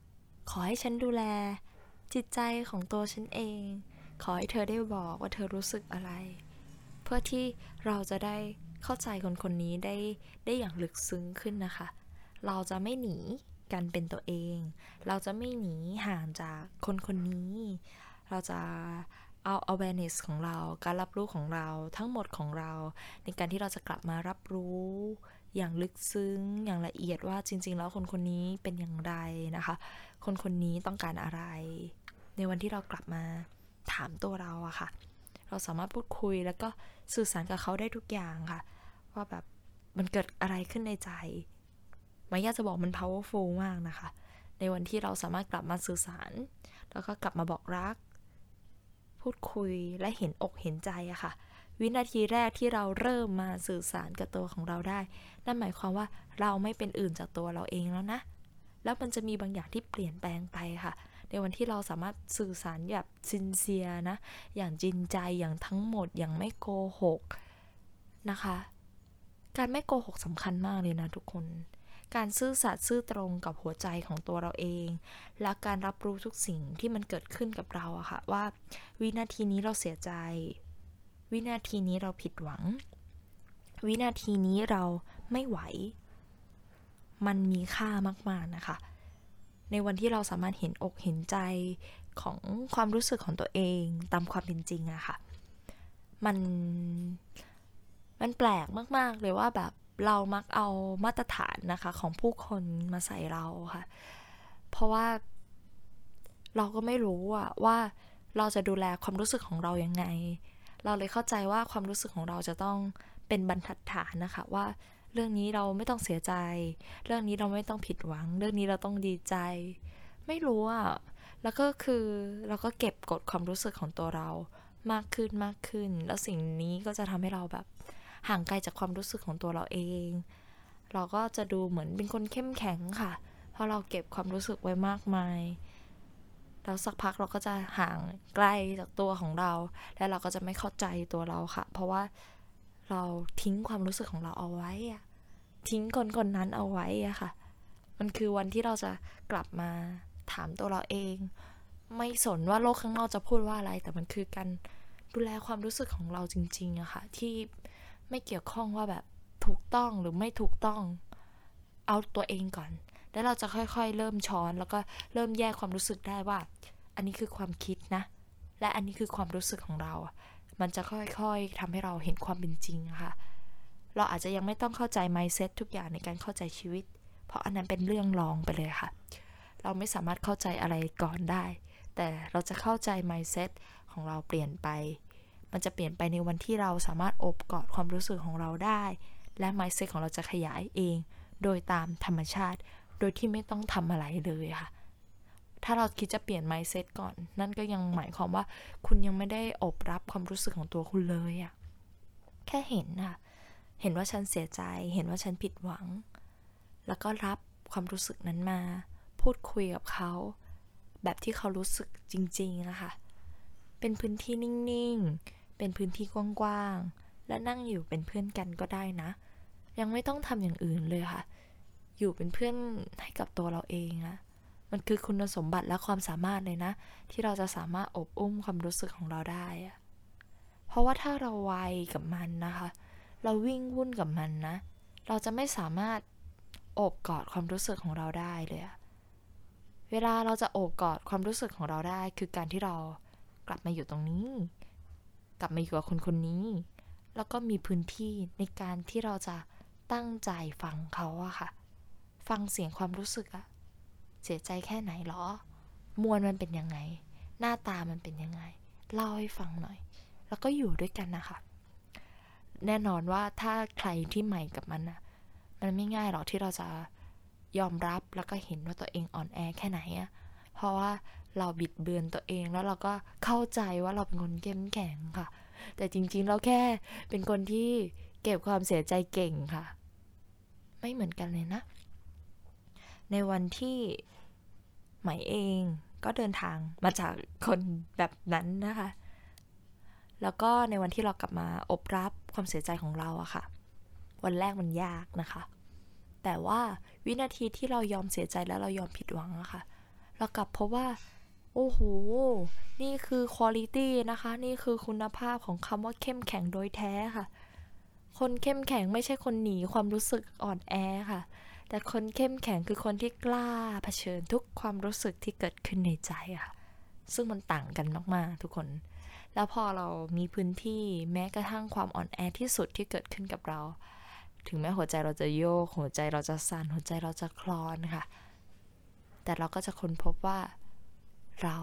ขอให้ฉันดูแลจิตใจของตัวฉันเองขอให้เธอได้บอกว่าเธอรู้สึกอะไรเพื่อที่เราจะได้เข้าใจคนคนนี้ได้ได้อย่างลึกซึ้งขึ้นนะคะเราจะไม่หนีกันเป็นตัวเองเราจะไม่หนีห่างจากคนคนนี้เราจะเอา awareness ของเราการรับรู้ของเราทั้งหมดของเราในการที่เราจะกลับมารับรู้อย่างลึกซึ้งอย่างละเอียดว่าจริงๆแล้วคนคนนี้เป็นอย่างไรนะคะคนคนนี้ต้องการอะไรในวันที่เรากลับมาถามตัวเราอะค่ะเราสามารถพูดคุยแล้วก็สื่อสารกับเขาได้ทุกอย่างค่ะว่าแบบมันเกิดอะไรขึ้นในใจมายาจะบอกมัน powerful มากนะคะในวันที่เราสามารถกลับมาสื่อสารแล้วก็กลับมาบอกรักพูดคุยและเห็นอกเห็นใจอะค่ะวินาทีแรกที่เราเริ่มมาสื่อสารกับตัวของเราได้นั่นหมายความว่าเราไม่เป็นอื่นจากตัวเราเองแล้วนะแล้วมันจะมีบางอย่างที่เปลี่ยนแปลงไปค่ะในวันที่เราสามารถสื่อสารแบบซินเซียนะอย่างจริงใจอย่างทั้งหมดอย่างไม่โกหกนะคะการไม่โกหกสำคัญมากเลยนะทุกคนการซื่อสัตย์ซื่อตรงกับหัวใจของตัวเราเองและการรับรู้ทุกสิ่งที่มันเกิดขึ้นกับเราอะค่ะว่าวินาทีนี้เราเสียใจวินาทีนี้เราผิดหวังวินาทีนี้เราไม่ไหวมันมีค่ามากๆนะคะในวันที่เราสามารถเห็นอกเห็นใจของความรู้สึกของตัวเองตามความเป็นจริงอะค่ะมันมันแปลกมากๆเลยว่าแบบเรามักเอามาตรฐานนะคะของผู้คนมาใส่เราค่ะเพราะว่าเราก็ไม่รู้อะว่าเราจะดูแลความรู้สึกของเรายังไงเราเลยเข้าใจว่าความรู้สึกของเราจะต้องเป็นบรรทัดฐานนะคะว่าเรื่องนี้เราไม่ต้องเสียใจเรื่องนี้เราไม่ต้องผิดหวังเรื่องนี้เราต้องดีใจไม่รู้อะแล้วก็คือเราก็เก็บกดความรู้สึกของตัวเรามากขึ้นมากขึ้นแล้วสิ่งนี้ก็จะทำให้เราแบบห่างไกลจากความรู้สึกของตัวเราเองเราก็จะดูเหมือนเป็นคนเข้มแข็งค่ะเพราะเราเก็บความรู้สึกไว้มากมายแล้วสักพักเราก็จะห่างไกลจากตัวของเราและเราก็จะไม่เข้าใจตัวเราค่ะเพราะว่าเราทิ้งความรู้สึกของเราเอาไว้อะทิ้งคนคนนั้นเอาไว้อะค่ะมันคือวันที่เราจะกลับมาถามตัวเราเองไม่สนว่าโลกข้างนอกจะพูดว่าอะไรแต่มันคือการดูแลความรู้สึกของเราจริงๆอะค่ะที่ไม่เกี่ยวข้องว่าแบบถูกต้องหรือไม่ถูกต้องเอาตัวเองก่อนแล้วเราจะค่อยๆเริ่มช้อนแล้วก็เริ่มแยกความรู้สึกได้ว่าอันนี้คือความคิดนะและอันนี้คือความรู้สึกของเรามันจะค่อยๆทำให้เราเห็นความเป็นจริงค่ะเราอาจจะยังไม่ต้องเข้าใจ mindset ทุกอย่างในการเข้าใจชีวิตเพราะอันนั้นเป็นเรื่องรองไปเลยค่ะเราไม่สามารถเข้าใจอะไรก่อนได้แต่เราจะเข้าใจ mindset ของเราเปลี่ยนไปมันจะเปลี่ยนไปในวันที่เราสามารถโอบกอดความรู้สึกของเราได้และ mindset ของเราจะขยายเองโดยตามธรรมชาติโดยที่ไม่ต้องทำอะไรเลยค่ะถ้าเราคิดจะเปลี่ยน mindset ก่อนนั่นก็ยังหมายความว่าคุณยังไม่ได้โอบรับความรู้สึกของตัวคุณเลยอะแค่เห็นค่ะเห็นว่าฉันเสียใจเห็นว่าฉันผิดหวังแล้วก็รับความรู้สึกนั้นมาพูดคุยกับเขาแบบที่เขารู้สึกจริงๆนะคะเป็นพื้นที่นิ่งๆเป็นพื้นที่กว้างๆและนั่งอยู่เป็นเพื่อนกันก็ได้นะยังไม่ต้องทำอย่างอื่นเลยค่ะอยู่เป็นเพื่อนให้กับตัวเราเองอะมันคือคุณสมบัติและความสามารถเลยนะที่เราจะสามารถอบอุ้มความรู้สึกของเราได้อะเพราะว่าถ้าเราไวกับมันนะคะเราวิ่งวุ่นกับมันนะเราจะไม่สามารถโอบกอดความรู้สึกของเราได้เลยอะเวลาเราจะโอบกอดความรู้สึกของเราได้คือการที่เรากลับมาอยู่ตรงนี้กลับมาอยู่กับคนคนนี้แล้วก็มีพื้นที่ในการที่เราจะตั้งใจฟังเขาอะค่ะฟังเสียงความรู้สึกอะเสียใจแค่ไหนหรอมวลมันเป็นยังไงหน้าตามันเป็นยังไงเล่าให้ฟังหน่อยแล้วก็อยู่ด้วยกันนะคะแน่นอนว่าถ้าใครที่ใหม่กับมันนะมันไม่ง่ายหรอกที่เราจะยอมรับแล้วก็เห็นว่าตัวเองอ่อนแอแค่ไหนอะเพราะว่าเราบิดเบือนตัวเองแล้วเราก็เข้าใจว่าเราเป็นคนเข้มแข็งค่ะแต่จริงๆเราแค่เป็นคนที่เก็บความเสียใจเก่งค่ะไม่เหมือนกันเลยนะในวันที่ใหม่เองก็เดินทางมาจากคนแบบนั้นนะคะแล้วก็ในวันที่เรากลับมาอบรับความเสียใจของเราอะค่ะวันแรกมันยากนะคะแต่ว่าวินาทีที่เรายอมเสียใจแล้วเรายอมผิดหวังอะค่ะเรากลับพบว่าโอ้โหนี่คือ quality นะคะนี่คือคุณภาพของคำว่าเข้มแข็งโดยแท้ค่ะคนเข้มแข็งไม่ใช่คนหนีความรู้สึกอ่อนแอค่ะแต่คนเข้มแข็งคือคนที่กล้าเผชิญทุกความรู้สึกที่เกิดขึ้นในใจค่ะซึ่งมันต่างกันมากๆทุกคนแล้วพอเรามีพื้นที่แม้กระทั่งความอ่อนแอที่สุดที่เกิดขึ้นกับเราถึงแม้หัวใจเราจะโยกหัวใจเราจะสั่นหัวใจเราจะคลอนค่ะแต่เราก็จะค้นพบว่าเรา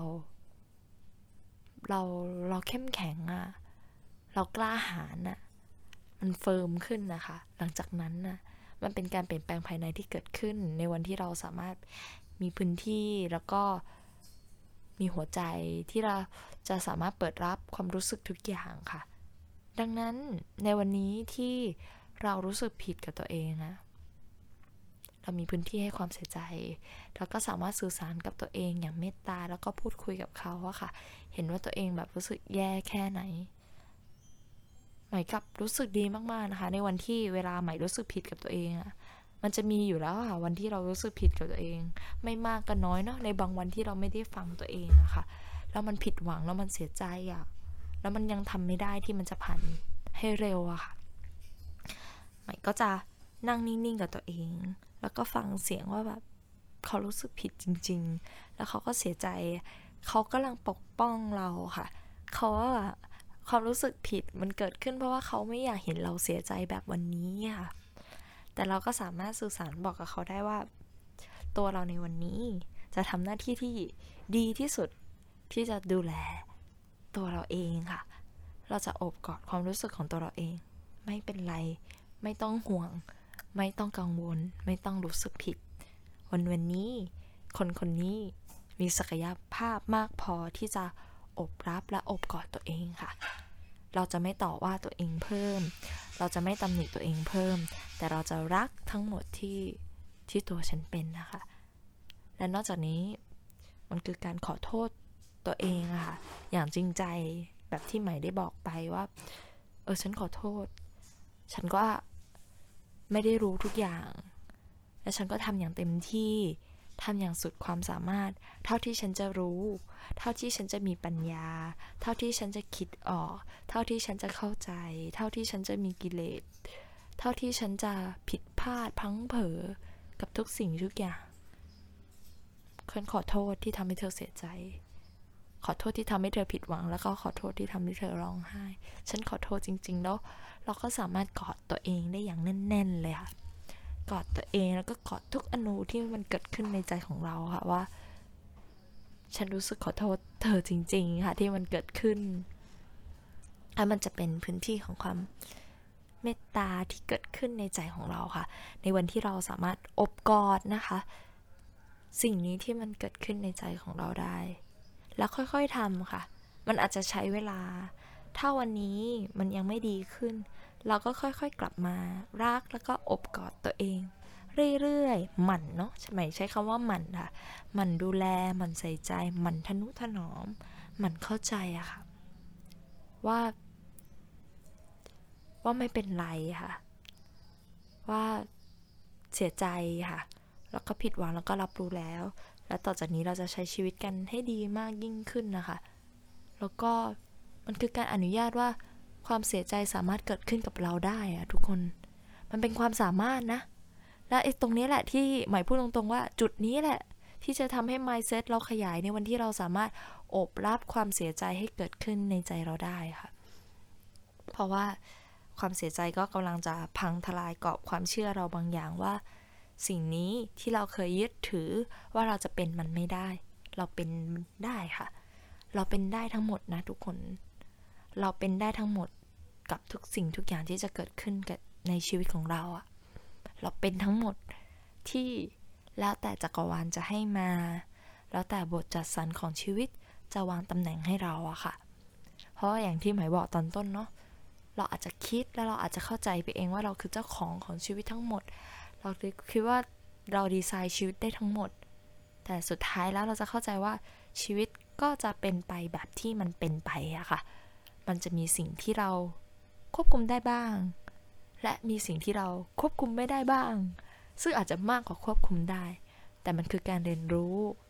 เราเราเข้มแข็งอะเรากล้าหาญอะมันเฟิร์มขึ้นนะคะหลังจากนั้นน่ะมันเป็นการเปลี่ยนแปลงภายในที่เกิดขึ้นในวันที่เราสามารถมีพื้นที่แล้วก็มีหัวใจที่เราจะสามารถเปิดรับความรู้สึกทุกอย่างค่ะดังนั้นในวันนี้ที่เรารู้สึกผิดกับตัวเองอะเรามีพื้นที่ให้ความเสียใจแล้วก็สามารถสื่อสารกับตัวเองอย่างเมตตาแล้วก็พูดคุยกับเขาอะค่ะเห็นว่าตัวเองแบบรู้สึกแย่แค่ไหนใหม่กับรู้สึกดีมากๆนะคะในวันที่เวลาใหม่รู้สึกผิดกับตัวเองอะมันจะมีอยู่แล้วค่ะวันที่เรารู้สึกผิดกับตัวเองไม่มากก็น้อยเนาะในบางวันที่เราไม่ได้ฟังตัวเองอะค่ะแล้วมันผิดหวังแล้วมันเสียใจอะแล้วมันยังทำไม่ได้ที่มันจะผ่านให้เร็วอะค่ะใหม่ก็จะนั่งนิ่งๆกับตัวเองแล้วก็ฟังเสียงว่าแบบเขารู้สึกผิดจริงๆแล้วเขาก็เสียใจเขากำลังปกป้องเราค่ะเขาว่าความรู้สึกผิดมันเกิดขึ้นเพราะว่าเขาไม่อยากเห็นเราเสียใจแบบวันนี้ค่ะแต่เราก็สามารถสื่อสารบอกกับเขาได้ว่าตัวเราในวันนี้จะทำหน้าที่ที่ดีที่สุดที่จะดูแลตัวเราเองค่ะเราจะโอบกอดความรู้สึกของตัวเราเองไม่เป็นไรไม่ต้องห่วงไม่ต้องกังวลไม่ต้องรู้สึกผิดวันวันนี้คนคนนี้มีศักยภาพมากพอที่จะอบรับและอบกอดตัวเองค่ะเราจะไม่ต่อว่าตัวเองเพิ่มเราจะไม่ตำหนิตัวเองเพิ่มแต่เราจะรักทั้งหมดที่ที่ตัวฉันเป็นนะคะและนอกจากนี้มันคือการขอโทษตัวเองอะค่ะอย่างจริงใจแบบที่ใหม่ได้บอกไปว่าเออฉันขอโทษฉันก็ไม่ได้รู้ทุกอย่างและฉันก็ทำอย่างเต็มที่ทำอย่างสุดความสามารถเท่าที่ฉันจะรู้เท่าที่ฉันจะมีปัญญาเท่าที่ฉันจะคิดออกเท่าที่ฉันจะเข้าใจเท่าที่ฉันจะมีกิเลสเท่าที่ฉันจะผิดพลาดพลั้งเผลอกับทุกสิ่งทุกอย่างฉันขอโทษที่ทำให้เธอเสียใจขอโทษที่ทำให้เธอผิดหวังแล้วก็ขอโทษที่ทำให้เธอร้องไห้ฉันขอโทษจริงๆแล้วเราก็สามารถกอดตัวเองได้อย่างแน่นๆเลยค่ะกอดตัวเองแล้วก็กอดทุกอนูที่มันเกิดขึ้นในใจของเราค่ะว่าฉันรู้สึกขอโทษเธอจริงๆค่ะที่มันเกิดขึ้นแล้วมันจะเป็นพื้นที่ของความเมตตาที่เกิดขึ้นในใจของเราค่ะในวันที่เราสามารถอบกอดนะคะสิ่งนี้ที่มันเกิดขึ้นในใจของเราได้แล้วค่อยๆทำค่ะมันอาจจะใช้เวลาถ้าวันนี้มันยังไม่ดีขึ้นเราก็ค่อยๆกลับมารักแล้วก็อบกอดตัวเองเรื่อยๆหมั่นเนาะใหม่ใช้คำว่าหมั่นค่ะหมั่นดูแลหมั่นใส่ใจหมั่นทนุถนอมหมั่นเข้าใจอะค่ะว่าว่าไม่เป็นไรค่ะว่าเสียใจค่ะแล้วก็ผิดหวังแล้วก็รับรู้แล้วแล้วต่อจากนี้เราจะใช้ชีวิตกันให้ดีมากยิ่งขึ้นนะคะแล้วก็มันคือการอนุญาตว่าความเสียใจสามารถเกิดขึ้นกับเราได้อะทุกคนมันเป็นความสามารถนะและไอ้ตรงนี้แหละที่หมายพูดตรงๆว่าจุดนี้แหละที่จะทำให้ mindset เราขยายในวันที่เราสามารถโอบรับความเสียใจให้เกิดขึ้นในใจเราได้ค่ะเพราะว่าความเสียใจก็กำลังจะพังทลายกรอบความเชื่อเราบางอย่างว่าสิ่งนี้ที่เราเคยยึดถือว่าเราจะเป็นมันไม่ได้เราเป็นได้ค่ะเราเป็นได้ทั้งหมดนะทุกคนเราเป็นได้ทั้งหมดกับทุกสิ่งทุกอย่างที่จะเกิดขึ้นกับในชีวิตของเราอะเราเป็นทั้งหมดที่แล้วแต่จักรวาลจะให้มาแล้วแต่บทจัดสรรของชีวิตจะวางตำแหน่งให้เราอะค่ะเพราะอย่างที่หมายบอกตอนต้นเนาะเราอาจจะคิดแล้วเราอาจจะเข้าใจไปเองว่าเราคือเจ้าของของชีวิตทั้งหมดเราคิดว่าเราดีไซน์ชีวิตได้ทั้งหมดแต่สุดท้ายแล้วเราจะเข้าใจว่าชีวิตก็จะเป็นไปแบบที่มันเป็นไปอะค่ะมันจะมีสิ่งที่เราควบคุมได้บ้างและมีสิ่งที่เราควบคุมไม่ได้บ้างซึ่งอาจจะมากกว่าควบคุมได้แต่มันคือการเรียนรู้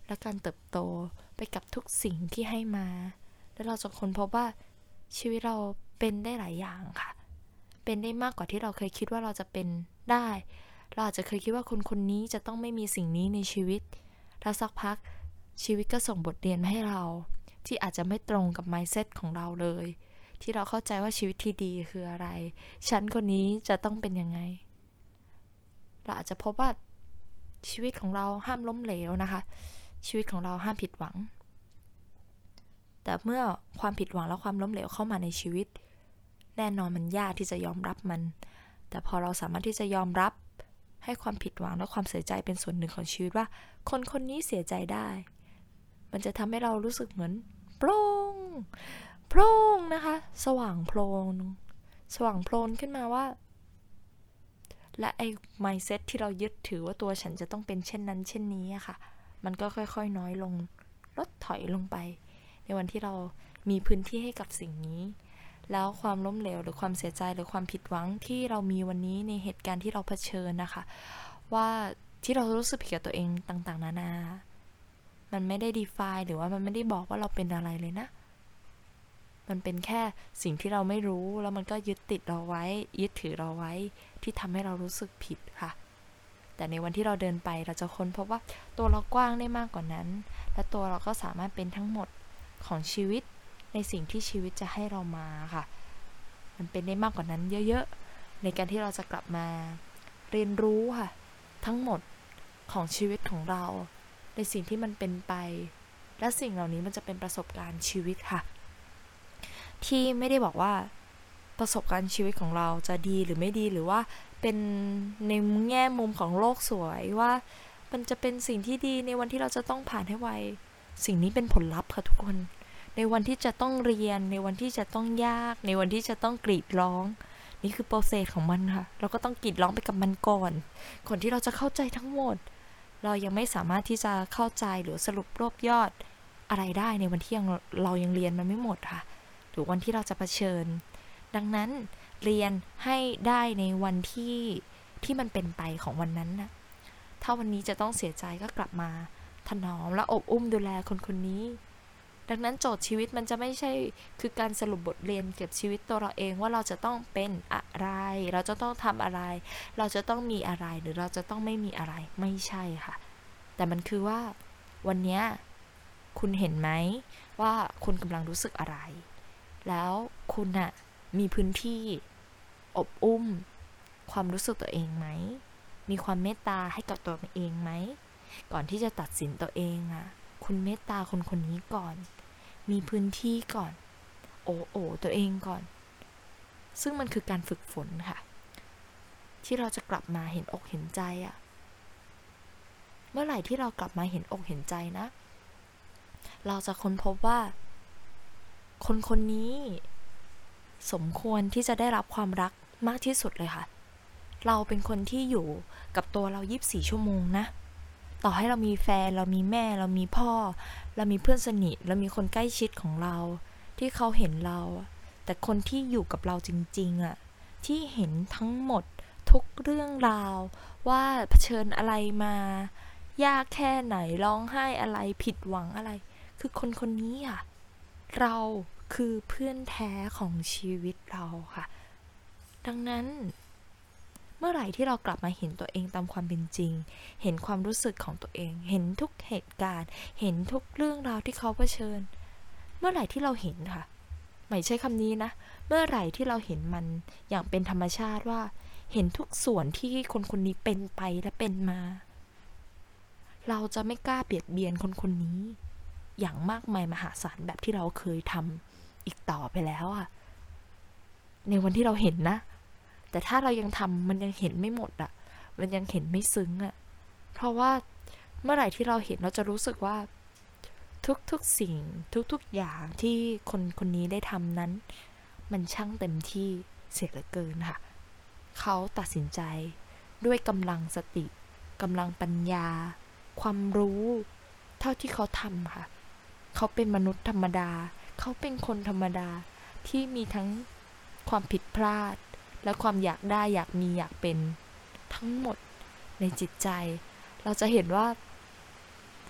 และการเติบโตไปกับทุกสิ่งที่ให้มาแล้วเราจะค้นพบว่าชีวิตเราเป็นได้หลายอย่างค่ะเป็นได้มากกว่าที่เราเคยคิดว่าเราจะเป็นได้เราอาจจะเคยคิดว่าคนคนนี้จะต้องไม่มีสิ่งนี้ในชีวิตแล้วสักพักชีวิตก็ส่งบทเรียนมาให้เราที่อาจจะไม่ตรงกับ mindset ของเราเลยที่เราเข้าใจว่าชีวิตที่ดีคืออะไรฉันคนนี้จะต้องเป็นยังไงเราอาจจะพบว่าชีวิตของเราห้ามล้มเหลวนะคะชีวิตของเราห้ามผิดหวังแต่เมื่อความผิดหวังและความล้มเหลวเข้ามาในชีวิตแน่นอนมันยากที่จะยอมรับมันแต่พอเราสามารถที่จะยอมรับให้ความผิดหวังและความเสียใจเป็นส่วนหนึ่งของชีวิตว่าคนคนนี้เสียใจได้มันจะทำให้เรารู้สึกเหมือนโปร่งโปร่งนะคะสว่างโพลนสว่างโพลนขึ้นมาว่าและไอ้ mindset ที่เรายึดถือว่าตัวฉันจะต้องเป็นเช่นนั้นเช่นนี้อะค่ะมันก็ค่อยๆน้อยลงลดถอยลงไปในวันที่เรามีพื้นที่ให้กับสิ่งนี้แล้วความล้มเหลวหรือความเสียใจหรือความผิดหวังที่เรามีวันนี้ในเหตุการณ์ที่เราเผชิญนะคะว่าที่เรารู้สึกผิดกับตัวเองต่างๆนานามันไม่ได้ define หรือว่ามันไม่ได้บอกว่าเราเป็นอะไรเลยนะมันเป็นแค่สิ่งที่เราไม่รู้แล้วมันก็ยึดติดเราไว้ยึดถือเราไว้ที่ทำให้เรารู้สึกผิดค่ะแต่ในวันที่เราเดินไปเราจะค้นพบว่าตัวเรากว้างได้มากกว่านั้นและตัวเราก็สามารถเป็นทั้งหมดของชีวิตในสิ่งที่ชีวิตจะให้เรามาค่ะมันเป็นได้มากกว่านั้นเยอะๆในการที่เราจะกลับมาเรียนรู้ค่ะทั้งหมดของชีวิตของเราในสิ่งที่มันเป็นไปและสิ่งเหล่านี้มันจะเป็นประสบการณ์ชีวิตค่ะที่ไม่ได้บอกว่าประสบการณ์ชีวิตของเราจะดีหรือไม่ดีหรือว่าเป็นในแง่มุมของโลกสวยว่ามันจะเป็นสิ่งที่ดีในวันที่เราจะต้องผ่านให้ไวสิ่งนี้เป็นผลลัพธ์ค่ะทุกคนในวันที่จะต้องเรียนในวันที่จะต้องยากในวันที่จะต้องกรีดร้องนี่คือโปรเซสของมันค่ะเราก็ต้องกรีดร้องไปกับมันก่อนก่อนที่เราจะเข้าใจทั้งหมดเรายังไม่สามารถที่จะเข้าใจหรือสรุปรวบยอดอะไรได้ในวันที่ยังเรายังเรียนมันไม่หมดค่ะหรือวันที่เราจะเผชิญดังนั้นเรียนให้ได้ในวันที่ที่มันเป็นไปของวันนั้นนะถ้าวันนี้จะต้องเสียใจก็กลับมาถนอมและอบอุ้มดูแลคนคนนี้ดังนั้นโจทย์ชีวิตมันจะไม่ใช่คือการสรุปบทเรียนเก็บชีวิตตัวเราเองว่าเราจะต้องเป็นอะไรเราจะต้องทำอะไรเราจะต้องมีอะไรหรือเราจะต้องไม่มีอะไรไม่ใช่ค่ะแต่มันคือว่าวันนี้คุณเห็นไหมว่าคุณกำลังรู้สึกอะไรแล้วคุณน่ะมีพื้นที่อบอุ้มความรู้สึกตัวเองไหมมีความเมตตาให้กับตัวเองไหมก่อนที่จะตัดสินตัวเองอ่ะคุณเมตตาคนคนนี้ก่อนมีพื้นที่ก่อนโอ้โอตัวเองก่อนซึ่งมันคือการฝึกฝนค่ะที่เราจะกลับมาเห็นอกเห็นใจอ่ะเมื่อไหร่ที่เรากลับมาเห็นอกเห็นใจนะเราจะค้นพบว่าคนคนนี้สมควรที่จะได้รับความรักมากที่สุดเลยค่ะเราเป็นคนที่อยู่กับตัวเรายี่สิบสี่ชั่วโมงนะต่อให้เรามีแฟนเรามีแม่เรามีพ่อเรามีเพื่อนสนิทเรามีคนใกล้ชิดของเราที่เขาเห็นเราแต่คนที่อยู่กับเราจริงๆอ่ะที่เห็นทั้งหมดทุกเรื่องราวว่าเผชิญอะไรมายากแค่ไหนร้องไห้อะไรผิดหวังอะไรคือคนคนนี้อ่ะเราคือเพื่อนแท้ของชีวิตเราค่ะดังนั้นเมื่อไหร่ที่เรากลับมาเห็นตัวเองตามความเป็นจริงเห็นความรู้สึกของตัวเองเห็นทุกเหตุการณ์เห็นทุกเรื่องราวที่เขาเผชิญเมื่อไหร่ที่เราเห็นค่ะไม่ใช่คำนี้นะเมื่อไหร่ที่เราเห็นมันอย่างเป็นธรรมชาติว่าเห็นทุกส่วนที่คนคนนี้เป็นไปและเป็นมาเราจะไม่กล้าเบียดเบียนคนคนนี้อย่างมากมายมหาศาลแบบที่เราเคยทำอีกต่อไปแล้วอะในวันที่เราเห็นนะแต่ถ้าเรายังทำมันยังเห็นไม่หมดอะมันยังเห็นไม่ซึ้งอะเพราะว่าเมื่อไหร่ที่เราเห็นเราจะรู้สึกว่าทุกๆสิ่งทุกๆอย่างที่คนคนนี้ได้ทำนั้นมันช่างเต็มที่เสียเหลือเกินค่ะเขาตัดสินใจด้วยกำลังสติกำลังปัญญาความรู้เท่าที่เขาทำค่ะเขาเป็นมนุษย์ธรรมดาเขาเป็นคนธรรมดาที่มีทั้งความผิดพลาดและความอยากได้อยากมีอยากเป็นทั้งหมดในจิตใจเราจะเห็นว่า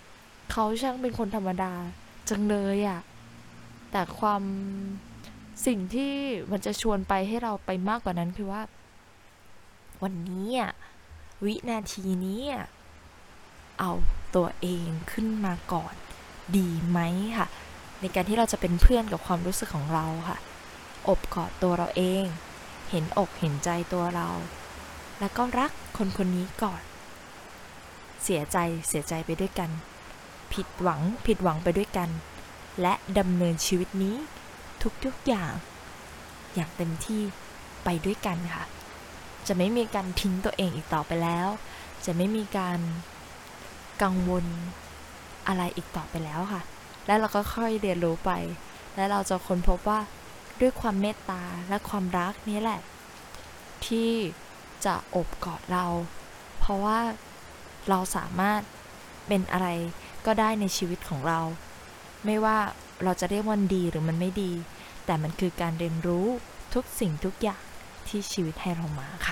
เขาช่างเป็นคนธรรมดาจังเลยอะแต่ความสิ่งที่มันจะชวนไปให้เราไปมากกว่านั้นคือว่าวันนี้อะวินาทีนี้เอาตัวเองขึ้นมาก่อนดีไหมค่ะในการที่เราจะเป็นเพื่อนกับความรู้สึกของเราค่ะอบกอดตัวเราเองเห็นอกเห็นใจตัวเราแล้วก็รักคนคนนี้ก่อนเสียใจเสียใจไปด้วยกันผิดหวังผิดหวังไปด้วยกันและดำเนินชีวิตนี้ทุกๆอย่างอย่างเต็มที่ไปด้วยกันค่ะจะไม่มีการทิ้งตัวเองอีกต่อไปแล้วจะไม่มีการกังวลอะไรอีกต่อไปแล้วค่ะและเราก็ค่อยเรียนรู้ไปและเราจะค้นพบว่าด้วยความเมตตาและความรักนี้แหละที่จะอบกอดเราเพราะว่าเราสามารถเป็นอะไรก็ได้ในชีวิตของเราไม่ว่าเราจะเรียกมันดีหรือมันไม่ดีแต่มันคือการเรียนรู้ทุกสิ่งทุกอย่างที่ชีวิตให้เรามาค่ะ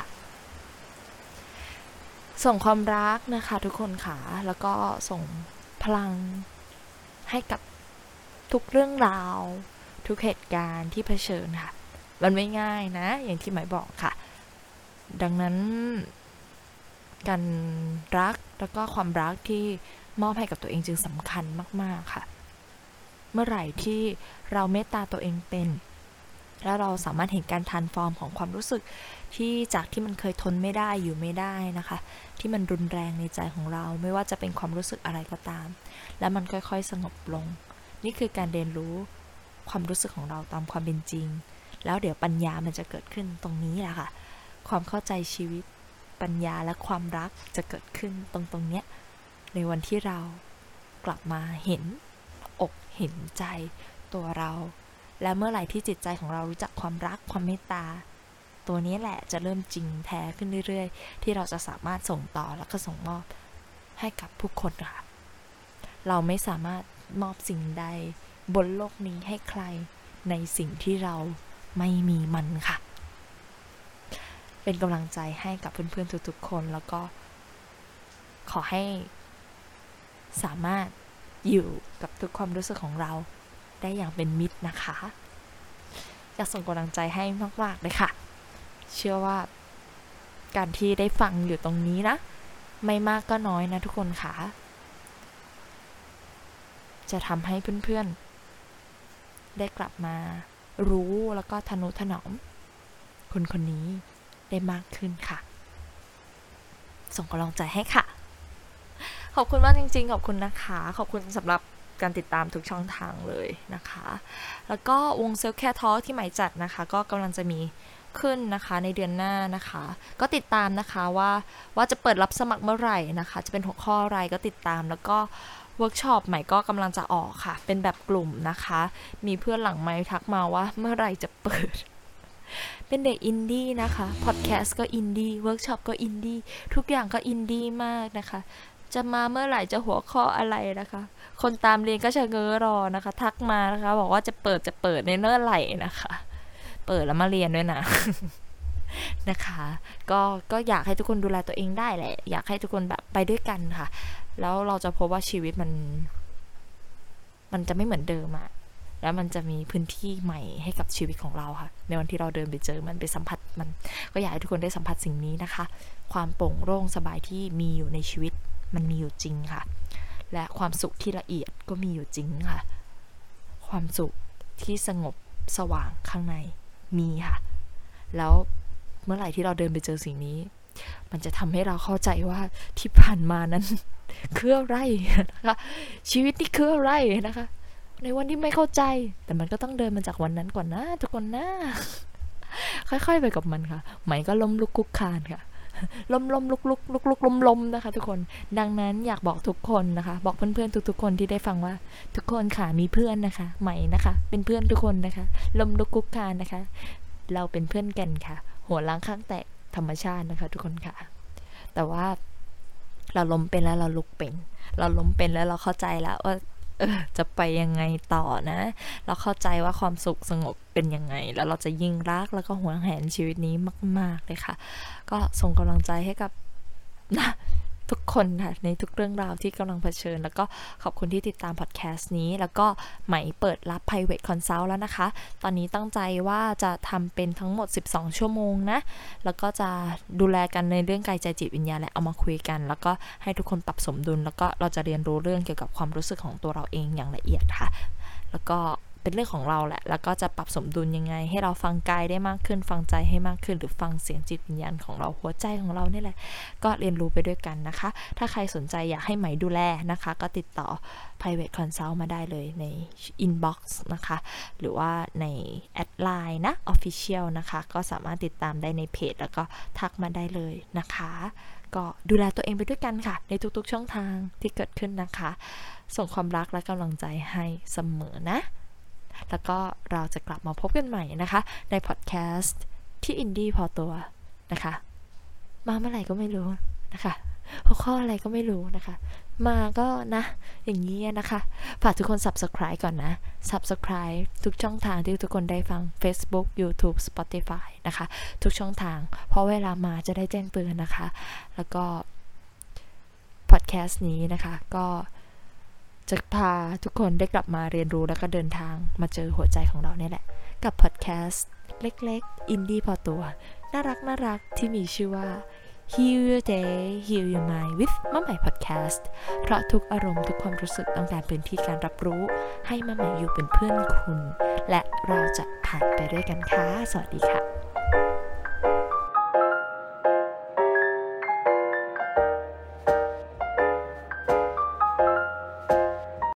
ส่งความรักนะคะทุกคนค่ะแล้วก็ส่งพลังให้กับทุกเรื่องราวทุกเหตุการณ์ที่เผชิญค่ะมันไม่ง่ายนะอย่างที่หมายบอกค่ะดังนั้นการรักแล้วก็ความรักที่มอบให้กับตัวเองจึงสำคัญมากๆค่ะเมื่อไหร่ที่เราเมตตาตัวเองเป็นแล้วเราสามารถเห็นการทรานส์ฟอร์มของความรู้สึกที่จากที่มันเคยทนไม่ได้อยู่ไม่ได้นะคะที่มันรุนแรงในใจของเราไม่ว่าจะเป็นความรู้สึกอะไรก็ตามแล้วมันค่อยๆสงบลงนี่คือการเรียนรู้ความรู้สึกของเราตามความเป็นจริงแล้วเดี๋ยวปัญญามันจะเกิดขึ้นตรงนี้แหละค่ะความเข้าใจชีวิตปัญญาและความรักจะเกิดขึ้นตรงตรงเนี้ยในวันที่เรากลับมาเห็นอกเห็นใจตัวเราและเมื่อไหร่ที่จิตใจของเรารู้จักความรักความเมตตาตัวนี้แหละจะเริ่มจริงแท้ขึ้นเรื่อยๆที่เราจะสามารถส่งต่อและก็ส่งมอบให้กับผู้คนค่ะเราไม่สามารถมอบสิ่งใดบนโลกนี้ให้ใครในสิ่งที่เราไม่มีมันค่ะเป็นกำลังใจให้กับเพื่อนๆทุกๆคนแล้วก็ขอให้สามารถอยู่กับทุกความรู้สึกของเราได้อย่างเป็นมิตรนะคะอยากส่งกำลังใจให้มากๆเลยค่ะเชื่อว่าการที่ได้ฟังอยู่ตรงนี้นะไม่มากก็น้อยนะทุกคนค่ะจะทำให้เพื่อนๆได้กลับมารู้แล้วก็ทนุถนอมคนคนนี้ได้มากขึ้นค่ะส่งกำลังใจให้ค่ะขอบคุณมากจริงๆขอบคุณนะคะขอบคุณสำหรับการติดตามทุกช่องทางเลยนะคะแล้วก็วงเซลฟ์แคร์ทอล์คที่หมายจัดนะคะก็กำลังจะมีขึ้นนะคะในเดือนหน้านะคะก็ติดตามนะคะว่าว่าจะเปิดรับสมัครเมื่อไหร่นะคะจะเป็นหัวข้ออะไรก็ติดตามแล้วก็เวิร์กช็อปใหม่ก็กำลังจะออกค่ะเป็นแบบกลุ่มนะคะมีเพื่อนหลังไมค์ทักมาว่าเมื่อไหร่จะเปิดเป็นเด็กอินดี้นะคะพอดแคสต์ก็อินดี้เวิร์กช็อปก็อินดี้ทุกอย่างก็อินดี้มากนะคะจะมาเมื่อไหร่จะหัวข้ออะไรนะคะคนตามเรียนก็จะเง้อรอนะคะทักมานะคะบอกว่าจะเปิดจะเปิดในเมื่อไหร่นะคะเปิดแล้วมาเรียนด้วยนะนะคะก็ก็อยากให้ทุกคนดูแลตัวเองได้แหละอยากให้ทุกคนแบบไปด้วยกันค่ะแล้วเราจะพบว่าชีวิตมันมันจะไม่เหมือนเดิมอะแล้วมันจะมีพื้นที่ใหม่ให้กับชีวิตของเราค่ะในวันที่เราเดินไปเจอมันไปสัมผัสมันก็อยากให้ทุกคนได้สัมผัสสิ่งนี้นะคะความโปร่งโล่งสบายที่มีอยู่ในชีวิตมันมีอยู่จริงค่ะและความสุขที่ละเอียดก็มีอยู่จริงค่ะความสุขที่สงบสว่างข้างในมีค่ะแล้วเมื่อไหร่ที่เราเดินไปเจอสิ่งนี้มันจะทำให้เราเข้าใจว่าที่ผ่านมานั้นคืออะไรนะคะชีวิตนี่คืออะไรนะคะในวันที่ไม่เข้าใจแต่มันก็ต้องเดินมาจากวันนั้นก่อนนะทุกคนนะค่อยๆไปกับมันค่ะไหมก็ล้มลุกคุกคานค่ะล้มล้มลุกลุกลุกลุกล้มล้มนะคะทุกคนดังนั้นอยากบอกทุกคนนะคะบอกเพื่อนๆทุกๆคนที่ได้ฟังว่าทุกคนค่ะมีเพื่อนนะคะไหมนะคะเป็นเพื่อนทุกคนนะคะล้มลุกคุกคานนะคะเราเป็นเพื่อนกันค่ะหัวล้างข้างแตกธรรมชาตินะคะทุกคนค่ะแต่ว่าเราล้มเป็นแล้วเราลุกเป็นเราล้มเป็นแล้วเราเข้าใจแล้วว่าเออจะไปยังไงต่อนะเราเข้าใจว่าความสุขสงบเป็นยังไงแล้วเราจะยิ่งรักแล้วก็หวงแหนชีวิตนี้มากๆเลยค่ะก็ส่งกำลังใจให้กับนะทุกคนค่ะในทุกเรื่องราวที่กำลังเผชิญแล้วก็ขอบคุณที่ติดตามพอดแคสต์นี้แล้วก็ไหมเปิดรับ private consult แล้วนะคะตอนนี้ตั้งใจว่าจะทำเป็นทั้งหมดสิบสองชั่วโมงนะแล้วก็จะดูแลกันในเรื่องกายใจจิตวิญญาณและเอามาคุยกันแล้วก็ให้ทุกคนปรับสมดุลแล้วก็เราจะเรียนรู้เรื่องเกี่ยวกับความรู้สึกของตัวเราเองอย่างละเอียดค่ะแล้วก็เป็นเรื่องของเราแหละแล้วก็จะปรับสมดุลยังไงให้เราฟังกายได้มากขึ้นฟังใจให้มากขึ้นหรือฟังเสียงจิตวิญญาณของเราหัวใจของเรานี่แหละก็เรียนรู้ไปด้วยกันนะคะถ้าใครสนใจอยากให้ไหมดูแลนะคะก็ติดต่อ private consult มาได้เลยใน inbox นะคะหรือว่าในแอดไลน์นะ official นะคะก็สามารถติดตามได้ในเพจแล้วก็ทักมาได้เลยนะคะก็ดูแลตัวเองไปด้วยกันค่ะในทุกๆช่องทางที่เกิดขึ้นนะคะส่งความรักและกำลังใจให้เสมอนะแล้วก็เราจะกลับมาพบกันใหม่นะคะในพอดแคสต์ที่อินดี้พอตัวนะคะมาเมื่อไหร่ก็ไม่รู้นะคะหัวข้ออะไรก็ไม่รู้นะคะมาก็นะอย่างนี้นะคะฝากทุกคน Subscribe ก่อนนะ Subscribe ทุกช่องทางที่ทุกคนได้ฟัง Facebook YouTube Spotify นะคะทุกช่องทางเพราะเวลามาจะได้แจ้งเตือนนะคะแล้วก็พอดแคสต์นี้นะคะก็จะพาทุกคนได้กลับมาเรียนรู้แล้วก็เดินทางมาเจอหัวใจของเราเนี่ยแหละกับพอดแคสต์เล็กๆอินดี้พอตัวน่ารักน่ารักที่มีชื่อว่า Heal Your Day Heal Your Mind with มาใหม่ Podcast เพราะทุกอารมณ์ทุกความรู้สึกต้องการพื้นที่การรับรู้ให้มาใหม่อยู่เป็นเพื่อนคุณและเราจะผ่านไปด้วยกันค่ะสวัสดีค่ะ